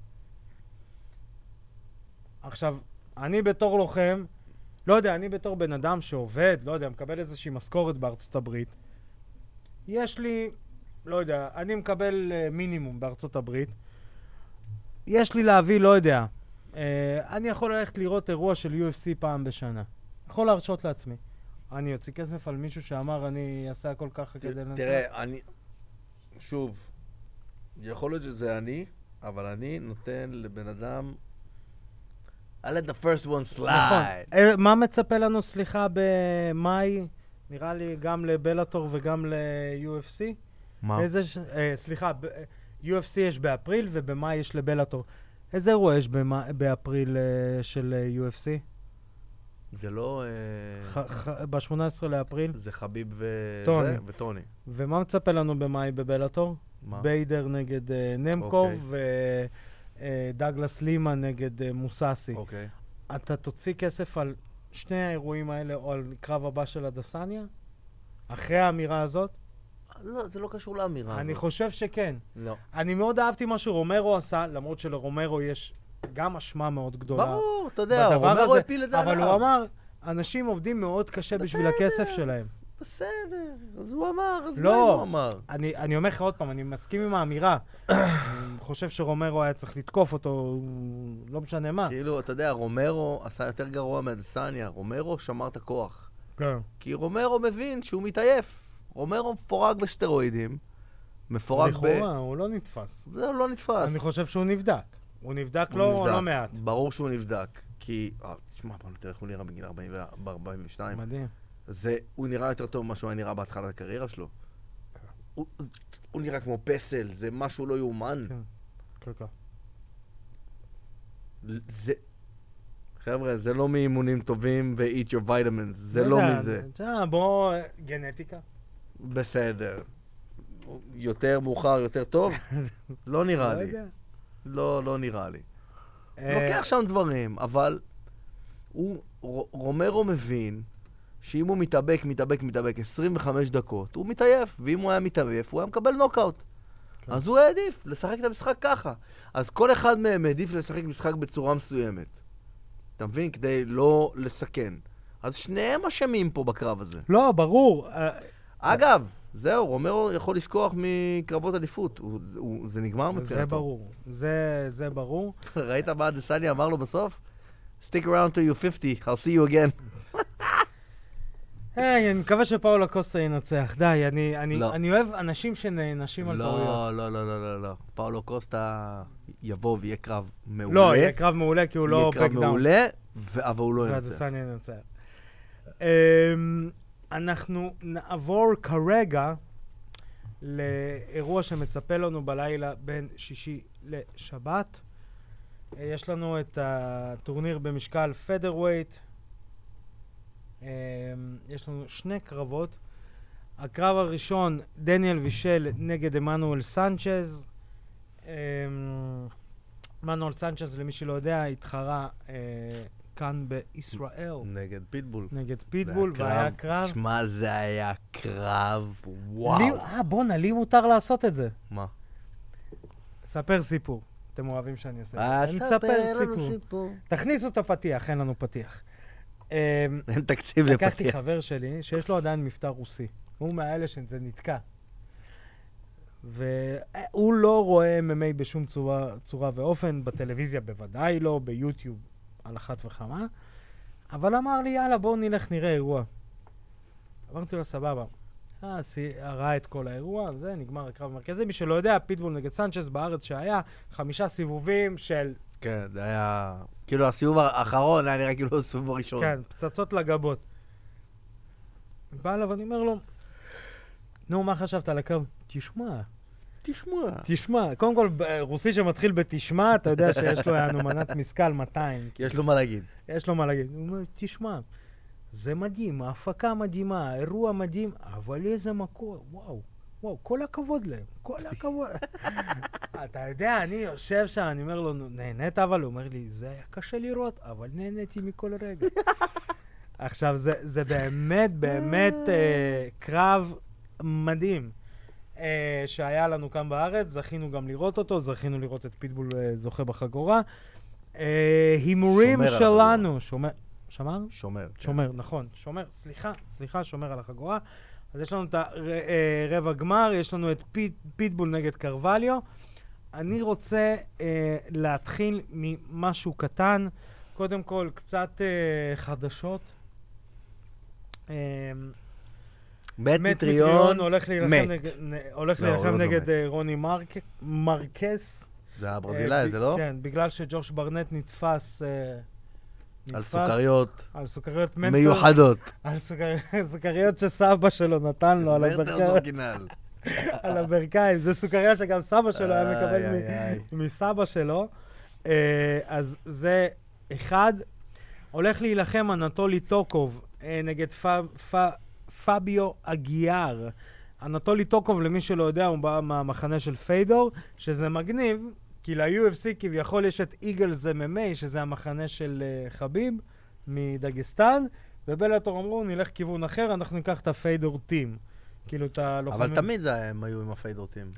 עכשיו, אני בתור לוחם, לא יודע, אני בתור בן אדם שעובד, לא יודע, מקבל איזושהי משכורת בארצות הברית, יש לי, לא יודע, אני מקבל uh, מינימום בארצות הברית. יש לי להביא, לא יודע. Uh, אני יכול ללכת לראות אירוע של יו אף סי פעם בשנה. יכול להרשות לעצמי. אני יוצא כסף על מישהו שאמר, אני אעשה הכל ככה כדי לנצח. תראה, אני... שוב, יכול להיות שזה אני, אבל אני נותן לבן אדם... I let the first one slide. נכון. Uh, מה מצפה לנו, סליחה, במאי? נראה לי גם לבלאטור וגם ל-יו אף סי. מה? איזה, אה, סליחה, ב-יו אף סי יש באפריל ובמאי יש לבלאטור. איזה אירוע יש במא, באפריל אה, של אה, יו אף סי? זה לא... ח, ח, ב-שמונה עשרה לאפריל? זה חביב ו... טוני. זה, וטוני. ומה מצפה לנו במאי בבלאטור? מה? ביידר נגד אה, נמקוב אוקיי. ודגלס לימה נגד אה, מוססי. אוקיי. אתה תוציא כסף על... שני האירועים האלה, או על קרב הבא של אדסניה? אחרי האמירה הזאת? לא, זה לא קשור לאמירה הזאת. אני חושב שכן. לא. אני מאוד אהבתי מה שרומרו עשה, למרות שלרומרו יש גם אשמה מאוד גדולה. ברור, אתה יודע, רומרו הפיל את זה עליו. אבל הוא אמר, אנשים עובדים מאוד קשה בשביל הכסף שלהם. בסדר, אז הוא אמר, אז לא, מה הוא אמר? אני, אני אומר לך עוד פעם, אני מסכים עם האמירה. אני חושב שרומרו היה צריך לתקוף אותו, לא משנה מה. כאילו, אתה יודע, רומרו עשה יותר גרוע מאדסניה. רומרו שמר את הכוח. כן. כי רומרו מבין שהוא מתעייף. רומרו מפורק בסטרואידים. מפורק ב... לכאורה, הוא לא נתפס. זה לא נתפס. אני חושב שהוא נבדק. הוא נבדק לא, לא מעט. ברור שהוא נבדק. כי, אה, תשמע, בוא נתראה איך הוא נראה בגיל ארבעים ושתיים. מדהים. זה, הוא נראה יותר טוב ממה שהוא נראה בהתחלת הקריירה שלו. הוא, הוא נראה כמו פסל, זה משהו לא יאומן. כן, כן. זה... חבר'ה, זה לא מאימונים טובים ו-eat your vitamins, זה לא מזה. בוא, גנטיקה. בסדר. יותר מאוחר, יותר טוב? לא נראה לי. לא, לא נראה לי. לוקח שם דברים, אבל הוא, רומרו מבין שאם הוא מתאבק, מתאבק, מתאבק עשרים וחמש דקות, הוא מתעייף, ואם הוא היה מתעייף, הוא היה מקבל נוקאוט. אז הוא העדיף לשחק את המשחק ככה. אז כל אחד מהם העדיף לשחק משחק בצורה מסוימת. אתה מבין? כדי לא לסכן. אז שניהם אשמים פה בקרב הזה. לא, ברור. אגב, זהו, רומרו יכול לשכוח מקרבות אליפות. זה נגמר מבחינתו. זה ברור. זה ברור. ראית מה אדסניה אמר לו בסוף? Stick around till you're fifty, I'll see you again. היי, אני מקווה שפאולו קוסטה ינצח. די, אני, אני, לא. אני אוהב אנשים שנענשים על טעויות. לא, לא, לא, לא, לא, לא. פאולו קוסטה יבוא ויהיה קרב מעולה. לא, יהיה קרב מעולה כי הוא לא יהיה בקדאון. קרב מעולה, ו- אבל הוא לא ינצח. והדסניה ינצח. אמ, אנחנו נעבור כרגע לאירוע שמצפה לנו בלילה בין שישי לשבת. אה, יש לנו את הטורניר במשקל פדרווייט. אמ, יש לנו שני קרבות. הקרב הראשון, דניאל וישל נגד אמנואל סנצ'ז. אמ, אמנואל סנצ'ז, למי שלא יודע, התחרה אה, כאן בישראל. נגד פיטבול. נגד פיטבול, והיה קרב. שמע, זה היה קרב, לי- וואו. אה, בואנה, לי מותר לעשות את זה. מה? ספר סיפור. אתם אוהבים שאני עושה את זה. אה, אני ספר לנו סיפור. תכניסו את הפתיח, אין לנו פתיח. אמ, אין תקציב לקחתי לפתיח. חבר שלי, שיש לו עדיין מבטא רוסי. הוא מהאלה שזה נתקע. והוא לא רואה אם אם איי בשום צורה, צורה ואופן, בטלוויזיה בוודאי לא, ביוטיוב על אחת וכמה, אבל אמר לי, יאללה, בואו נלך נראה אירוע. אמרתי לו, סבבה. אה, סי- ראה את כל האירוע, זה נגמר הקרב המרכזי. מי שלא יודע, פיטבול נגד סנצ'ז בארץ שהיה, חמישה סיבובים של, כן, זה היה... כאילו, הסיבוב האחרון היה נראה כאילו הסיבוב הראשון. כן, פצצות לגבות. בא אליו, אני אומר לו, נו, מה חשבת על הקרב? תשמע, תשמע. תשמע. קודם כל, ב- רוסי שמתחיל בתשמע, אתה יודע שיש לו יענו מנת משכל מאתיים. יש לו מה להגיד. יש לו מה להגיד. הוא אומר, תשמע, זה מדהים, ההפקה מדהימה, האירוע מדהים, אבל איזה מקור, וואו, וואו, כל הכבוד להם, כל הכבוד. אתה יודע, אני יושב שם, אני אומר לו, "נו, נהנית אבל? הוא אומר לי, זה היה קשה לראות, אבל נהניתי מכל רגע. עכשיו, זה, זה באמת, באמת אה, קרב מדהים אה, שהיה לנו כאן בארץ, זכינו גם לראות אותו, זכינו לראות את פיטבול אה, זוכה בחגורה. אה, הימורים שומר על שלנו, שומר, שמר? שומר. כן. שומר, נכון, שומר, סליחה, סליחה, שומר על החגורה. אז יש לנו את הרבע גמר, יש לנו את פיט, פיטבול נגד קרווליו. אני רוצה אה, להתחיל ממשהו קטן. קודם כל, קצת אה, חדשות. אה, מת מת מטריון, מטריון הולך להילחם מת. נגד, נ- הולך לא, להילחם הוא לא נגד מת. אה, רוני מרק, מרקס. זה אה, הברזילאי, ב- זה לא? כן, בגלל שג'וש ברנט נתפס... אה, על נתפס סוכריות על סוכריות מנטור. מיוחדות. על סוכר- סוכריות שסבא שלו נתן לו על ורטרס הברכיים. אורגינל. על הברכיים. זה סוכריה שגם סבא שלו היה איי, מקבל איי, מ- איי. מסבא שלו. אה, אז זה אחד. הולך להילחם אנטולי טוקוב אה, נגד פ- פ- פביו אגיאר. אנטולי טוקוב, למי שלא יודע, הוא בא מהמחנה של פיידור, שזה מגניב, כי ל-יו אף סי כביכול יש את איגלס אם אם איי, שזה המחנה של uh, חביב מדגסטן, ובלאטור אמרו, נלך כיוון אחר, אנחנו ניקח את הפיידור טים. כאילו את הלוחמים. אבל תמיד זה הם היו עם הפיידורטים.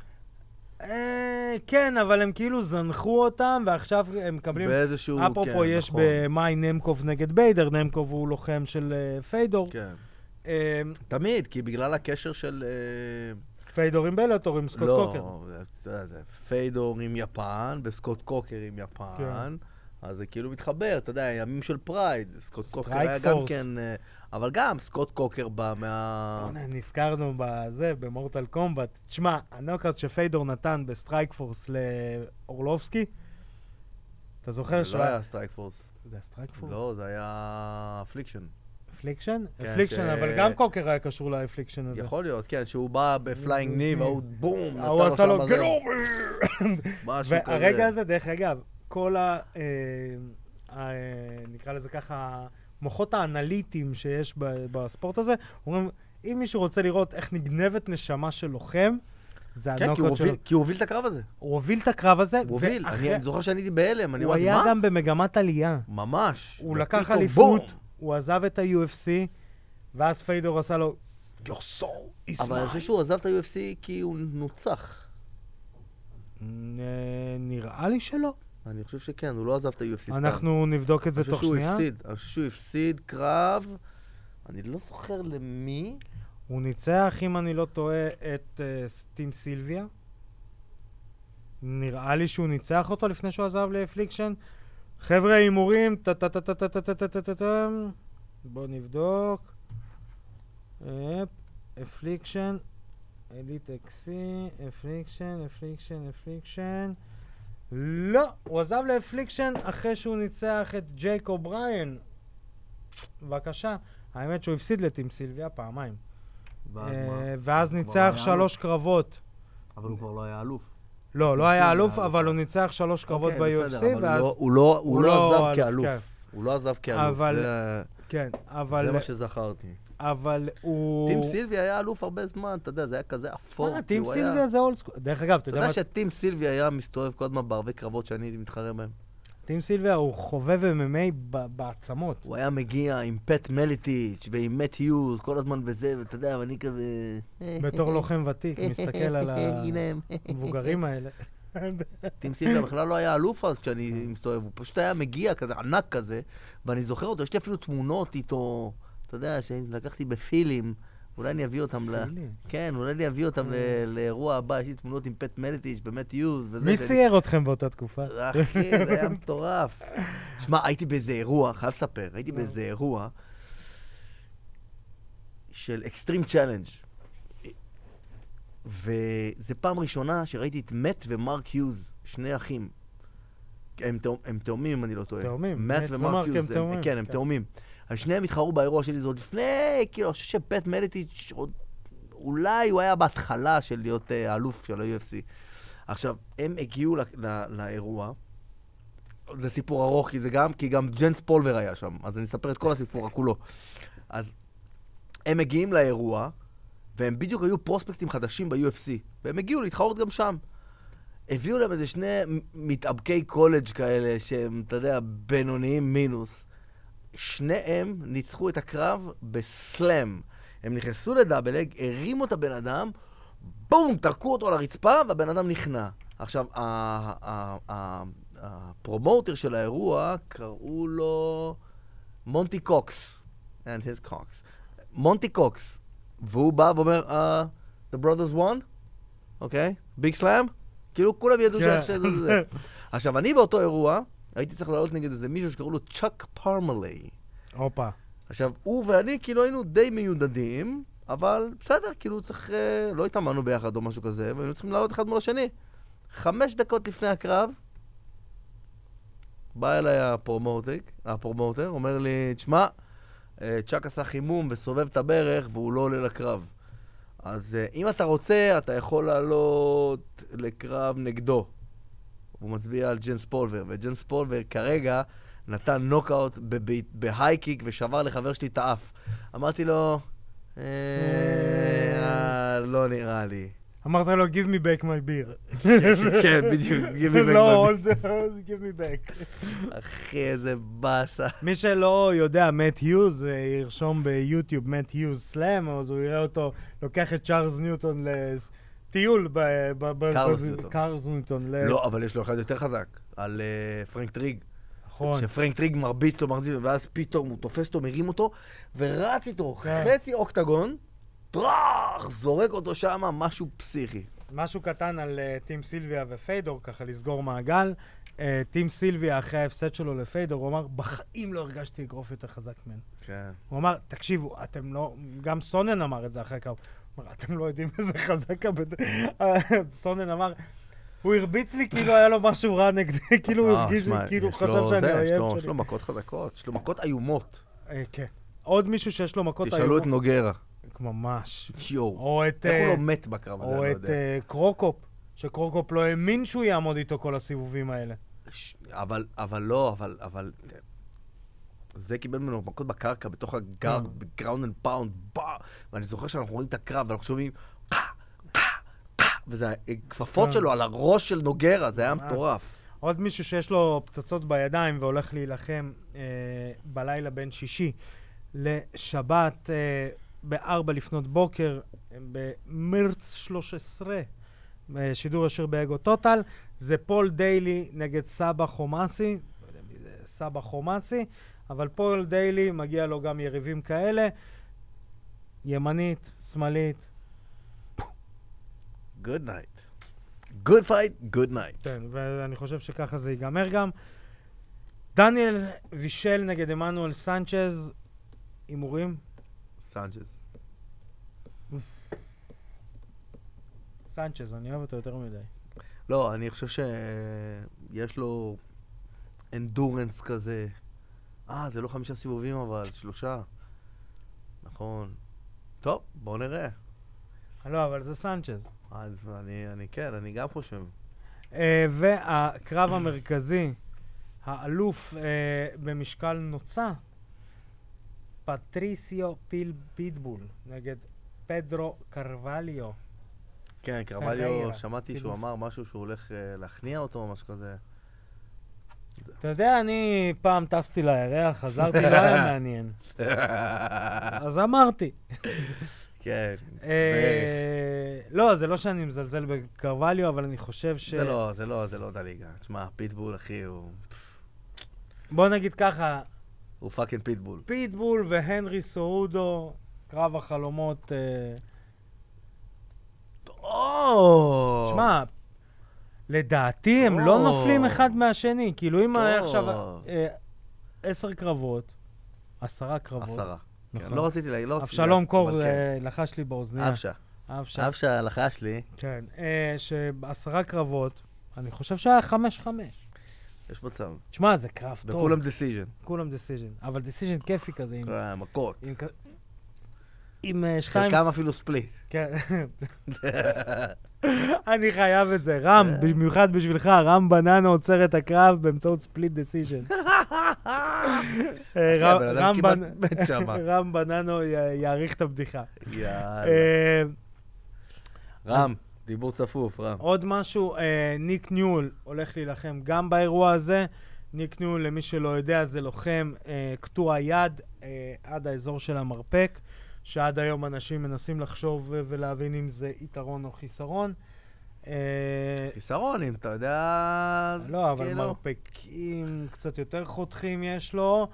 אה, כן, אבל הם כאילו זנחו אותם, ועכשיו הם מקבלים... באיזשהו... אפרופו, כן, יש נכון. במאי נמקוב נגד ביידר, נמקוב הוא לוחם של uh, פיידור. כן. אה, תמיד, כי בגלל הקשר של... אה, פיידור עם בלאטור, עם סקוט קוקר. לא, זה- זה- זה פיידור עם יפן, וסקוט קוקר עם יפן. כן. אז זה כאילו מתחבר, אתה יודע, ימים של פרייד. סקוט קוקר סטרייק היה גם פורס. כן... אה, אבל גם סקוט קוקר בא מה... בוא'נה, נזכרנו בזה, במורטל קומבט. תשמע, הנוקאוט שפיידור נתן בסטרייק פורס לאורלובסקי, אתה זוכר זה לא היה סטרייק פורס. זה היה סטרייק פורס? לא, זה היה פליקשן. אפליקשן? כן, אפליקשן, ש- אבל גם קוקר היה קשור לאפליקשן הזה. יכול להיות, כן, שהוא בא בפליינג ני, והוא בום, נתן ההוא לו עשה לו שם get זה. over! משהו כזה. והרגע הזה, דרך אגב, כל ה... אה, ה- נקרא לזה ככה, המוחות האנליטיים שיש ב- בספורט הזה, אומרים, אם מישהו רוצה לראות איך נגנבת נשמה של לוחם, זה כן, כי הוא הנוקאוט שלו. הוביל- כי הוא הוביל את הקרב הזה. הוא הוביל את הקרב הזה, הוא הוביל. ואחרי- אני זוכר שאני הייתי בהלם, אני הוא אמרתי, היה מה? גם במגמת עלייה. ממש. הוא לקח ופתאום אליפות, בום. הוא עזב את ה-יו אף סי, ואז פיידור עשה לו, Your soul is אבל אני חושב mine. שהוא עזב את ה-יו אף סי כי הוא נוצח. נ- נראה לי שלא. אני חושב שכן, הוא לא עזב את ה-יו אף סי סתם. אנחנו נבדוק את זה אני תוך חושב שהוא שנייה. הפסיד. אני חושב שהוא הפסיד קרב, אני לא זוכר למי. הוא ניצח, אם אני לא טועה, את אה, סטים סילביה. נראה לי שהוא ניצח אותו לפני שהוא עזב לאפליקשן. חבר'ה, הימורים, טה-טה-טה-טה-טה-טה-טה-טה-טה. בואו נבדוק. אפליקשן, אליט אקסי, אפליקשן, אפליקשן, אפליקשן. לא, הוא עזב לאפליקשן אחרי שהוא ניצח את ג'ייק אובריין. בבקשה. האמת שהוא הפסיד לטים סילביה פעמיים. ואז ניצח שלוש קרבות. אבל הוא כבר לא היה אלוף. לא, לא היה אלוף, אבל הוא ניצח שלוש קרבות ב-יו אף סי, ואז... הוא לא עזב כאלוף. הוא לא עזב כאלוף. כן, אבל... זה מה שזכרתי. אבל הוא... טים סילביה היה אלוף הרבה זמן, אתה יודע, זה היה כזה אפור. אה, טים סילביה זה אולד סקול. דרך אגב, אתה יודע מה... אתה יודע שטים סילביה היה מסתובב כל הזמן בערבי קרבות שאני הייתי מתחרה בהם. טים סילביה הוא חובב אם אם איי בעצמות. הוא היה מגיע עם פט מליטיץ' ועם מט היוז, כל הזמן בזה, ואתה יודע, ואני כזה... בתור לוחם ותיק, מסתכל על המבוגרים האלה. טים סילביה בכלל לא היה אלוף אז כשאני מסתובב, הוא פשוט היה מגיע כזה, ענק כזה, ואני זוכר אותו, יש לי אפילו תמונות איתו, אתה יודע, שלקחתי בפילים, אולי אני אביא אותם ל... כן, אולי אני אביא אותם לאירוע הבא, יש לי תמונות עם פט מליטיץ' באמת יוז וזה... מי צייר אתכם באותה תקופה? אחי, זה היה מטורף. שמע, הייתי באיזה אירוע, חייב לספר, הייתי באיזה אירוע של אקסטרים צ'אלנג' וזה פעם ראשונה שראיתי את מט ומרק יוז, שני אחים. הם תאומים, אם אני לא טועה. תאומים. מט ומרק יוז, כן, הם תאומים. השניהם התחרו באירוע שלי, זה עוד לפני, כאילו, אני חושב שפט מליטיץ' עוד, אולי הוא היה בהתחלה של להיות האלוף של ה-יו אף סי. עכשיו, הם הגיעו לאירוע, זה סיפור ארוך, כי זה גם, כי גם ג'נס פולבר היה שם, אז אני אספר את כל הסיפור, הכולו. אז הם מגיעים לאירוע, והם בדיוק היו פרוספקטים חדשים ב-יו אף סי, והם הגיעו להתחרות גם שם. הביאו להם איזה שני מתאבקי קולג' כאלה, שהם, אתה יודע, בינוניים מינוס. שניהם ניצחו את הקרב בסלאם. הם נכנסו לדאבלג, הרימו את הבן אדם, בום, תרקו אותו על הרצפה, והבן אדם נכנע. עכשיו, הפרומוטר של האירוע, קראו לו מונטי קוקס. And his Cox. מונטי קוקס. והוא בא ואומר, uh, the brothers won? אוקיי? ביג סלאם? כאילו כולם ידעו שאיך שזה זה. עכשיו, אני באותו אירוע, הייתי צריך לעלות נגד איזה מישהו שקראו לו צ'אק פרמלי. אופה. עכשיו, הוא ואני כאילו היינו די מיודדים, אבל בסדר, כאילו צריך, לא התאמנו ביחד או משהו כזה, והיינו צריכים לעלות אחד מול השני. חמש דקות לפני הקרב, בא אליי הפרומוטר, הפרומוטר, אומר לי, תשמע, צ'אק עשה חימום וסובב את הברך והוא לא עולה לקרב. אז אם אתה רוצה, אתה יכול לעלות לקרב נגדו. הוא מצביע על ג'נס פולבר, וג'נס פולבר כרגע נתן נוקאוט בהייקיק ושבר לחבר שלי את האף. אמרתי לו, לא נראה לי. אמרת לו, give me back my beer. כן, בדיוק, give me back my beer. לא, give me back. אחי, איזה באסה. מי שלא יודע, מאט היוז, ירשום ביוטיוב מאט היוז סלאם, אז הוא יראה אותו, לוקח את צ'ארלס ניוטון לטיול. קארלס ניוטון. לא, אבל יש לו אחד יותר חזק, על פרנק טריג. נכון. שפרנק טריג מרביץ לו, מרביץ לו, ואז פתאום הוא תופס אותו, מרים אותו, ורץ איתו חצי אוקטגון, טרח, זורק אותו שם, משהו פסיכי. משהו קטן על uh, טים סילביה ופיידור, ככה לסגור מעגל. Uh, טים סילביה, אחרי ההפסד שלו לפיידור, הוא אמר, בחיים לא הרגשתי אגרוף יותר חזק ממנו. כן. הוא אמר, תקשיבו, אתם לא... גם סונן אמר את זה אחרי הקרב. הוא אמר, אתם לא יודעים איזה חזק הבד... סונן אמר, הוא הרביץ לי כאילו היה לו משהו רע נגדי, כאילו הוא הרגיש לי, כאילו חשב שאני אויב שלי. יש לו מכות חזקות, יש לו מכות איומות. כן. עוד מישהו שיש לו מכות איומות. תשאלו את נוגרה. ממש. יואו. איך הוא לא מת בקרב הזה, או את קרוקופ, שקרוקופ לא האמין שהוא יעמוד איתו כל הסיבובים האלה. אבל, אבל לא, אבל, אבל... זה קיבל ממנו מכות בקרקע, בתוך הגארד, בגראונד אנד פאונד, ואני זוכר שאנחנו רואים את הקרב, ואנחנו שומעים... וזה הכפפות שלו על הראש של נוגרה, זה היה מטורף. עוד מישהו שיש לו פצצות בידיים והולך להילחם בלילה בין שישי לשבת בארבע לפנות בוקר, במרץ שלוש עשרה, שידור ישיר באגו טוטל, זה פול דיילי נגד סבא חומאסי, לא יודע מי זה סבא חומאסי, אבל פול דיילי מגיע לו גם יריבים כאלה, ימנית, שמאלית. Good night. Good fight, good night. כן, ואני חושב שככה זה ייגמר גם. דניאל וישל נגד אמנואל סנצ'ז, הימורים? סנצ'ז. סנצ'ז, אני אוהב אותו יותר מדי. לא, אני חושב שיש לו אנדורנס כזה. אה, זה לא חמישה סיבובים אבל, שלושה. נכון. טוב, בואו נראה. לא, אבל זה סנצ'ז. אז אני, אני כן, אני גם חושב. Uh, והקרב המרכזי, האלוף uh, במשקל נוצה, פטריסיו פיל פיטבול, נגד פדרו קרווליו. כן, קרווליו, שמעתי שהוא אמר משהו שהוא הולך uh, להכניע אותו או משהו כזה. אתה יודע, אני פעם טסתי לירח, חזרתי, לא היה מעניין. אז אמרתי. כן, בערך. לא, זה לא שאני מזלזל בקרווליו, אבל אני חושב ש... זה לא, זה לא, זה לא דליגה. תשמע, פיטבול, אחי, הוא... בוא נגיד ככה... הוא פאקינג פיטבול. פיטבול והנרי סעודו, קרב החלומות... תשמע, לדעתי הם לא נופלים אחד מהשני. כאילו אם היה עכשיו עשר קרבות, עשרה קרבות. עשרה. לא רציתי להגיד, לא... אבשלום קור לחש לי באוזניה. אבשה. אבשה לחש לי. כן. שעשרה קרבות, אני חושב שהיה חמש חמש. יש מצב. תשמע, זה קרב טוב. וכולם דיסיז'ן. כולם דיסיז'ן. אבל דיסיז'ן כיפי כזה. מכות. עם שתיים... חלקם אפילו ספליט. כן. אני חייב את זה. רם, במיוחד בשבילך, רם בננו עוצר את הקרב באמצעות ספליט דיסיז'ן. רם בננו יעריך את הבדיחה. יאללה. רם, דיבור צפוף, רם. עוד משהו, ניק ניול הולך להילחם גם באירוע הזה. ניק ניול, למי שלא יודע, זה לוחם קטוע יד עד האזור של המרפק. שעד היום אנשים מנסים לחשוב ולהבין אם זה יתרון או חיסרון. חיסרון, אם אתה יודע... לא, אבל מרפקים קצת יותר חותכים יש לו,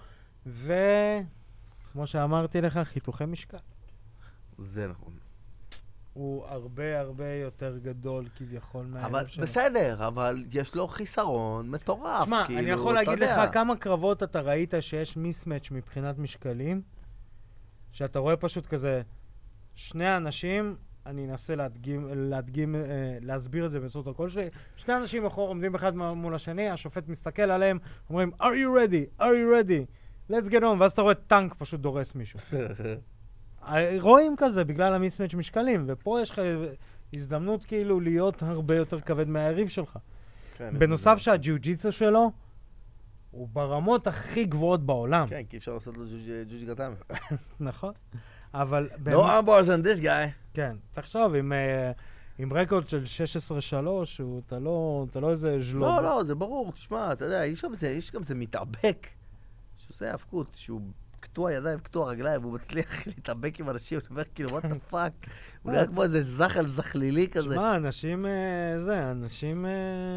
וכמו שאמרתי לך, חיתוכי משקל. זה נכון. הוא הרבה הרבה יותר גדול כביכול מהערב שלו. בסדר, אבל יש לו חיסרון מטורף. שמה, אני יכול להגיד לך כמה קרבות אתה ראית שיש מיסמץ' מבחינת משקלים, שאתה רואה פשוט כזה, שני אנשים, אני אנסה להדגים, להדגים, להסביר את זה באמצעות הקול שלי, שני אנשים אחור עומדים אחד מול השני, השופט מסתכל עליהם, אומרים, are you ready? are you ready? let's get on, ואז אתה רואה טנק פשוט דורס מישהו. רואים כזה בגלל המיסמץ' משקלים, ופה יש לך הזדמנות כאילו להיות הרבה יותר כבד מהיריב שלך. בנוסף שהג'יוג'יצו שלו, הוא ברמות הכי גבוהות בעולם. כן, כי אפשר לעשות לו ג'וג'י גטאמי. נכון. אבל... No armbars on this guy. כן. תחשוב, עם רקורד של שש עשרה שלוש, אתה לא איזה ז'לוב. לא, לא, זה ברור. תשמע, אתה יודע, יש גם זה מתאבק, שעושה האבקות, שהוא קטוע ידיים, קטוע רגליים, והוא מצליח להתאבק עם אנשים, הוא אומר כאילו, what the fuck? הוא נראה כמו איזה זחל זחלילי כזה. תשמע, אנשים, זה, אנשים...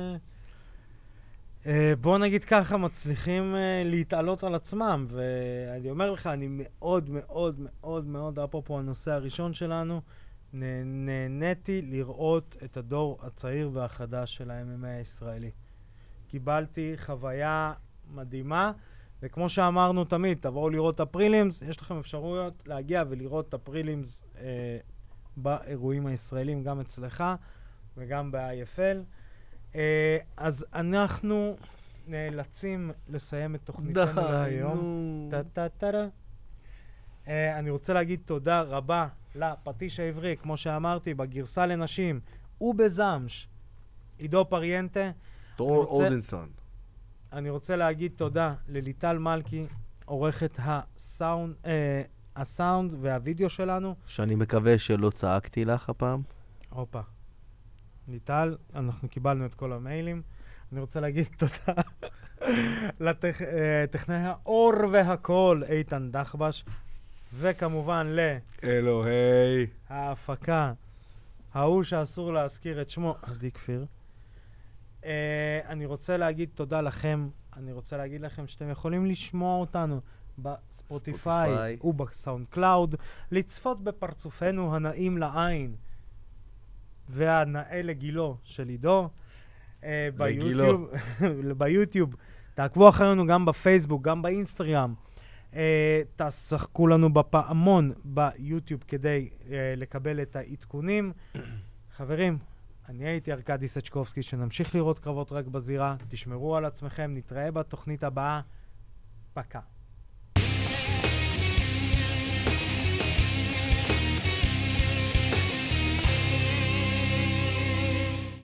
בוא נגיד ככה, מצליחים להתעלות על עצמם, ואני אומר לך, אני מאוד מאוד מאוד מאוד, אפרופו הנושא הראשון שלנו, נהניתי לראות את הדור הצעיר והחדש של ה-אם אם איי הישראלי. קיבלתי חוויה מדהימה, וכמו שאמרנו תמיד, תבואו לראות את הפרילימס, יש לכם אפשרויות להגיע ולראות את הפרילימס אה, באירועים הישראלים, גם אצלך וגם ב-איי אף אל. אה, אז אנחנו נאלצים לסיים את תוכניתנו להיום. טה-טה-טה-טה. אה, אני רוצה להגיד תודה רבה לפטיש העברי, כמו שאמרתי, בגרסה לנשים ובזמש, עידו פריינטה. תור אודינסון. אני רוצה להגיד תודה לליטל מלכי, עורכת הסאונד, אה, הסאונד והווידאו שלנו. שאני מקווה שלא צעקתי לך הפעם. הופה. ליטל, אנחנו קיבלנו את כל המיילים. אני רוצה להגיד תודה לטכנאי האור והכל, איתן דחבש, וכמובן ל... אלוהי. ההפקה, ההוא שאסור להזכיר את שמו, עדי כפיר. Uh, אני רוצה להגיד תודה לכם, אני רוצה להגיד לכם שאתם יכולים לשמוע אותנו בספוטיפיי ובסאונד קלאוד, לצפות בפרצופנו הנעים לעין והנאה לגילו של עידו uh, ביוטיוב, ביוטיוב. תעקבו אחרינו גם בפייסבוק, גם באינסטגרם. uh, תשחקו לנו בפעמון ביוטיוב כדי uh, לקבל את העדכונים. חברים, אני הייתי ארקדי סצ'קובסקי, שנמשיך לראות קרבות רק בזירה. תשמרו על עצמכם, נתראה בתוכנית הבאה. פקה.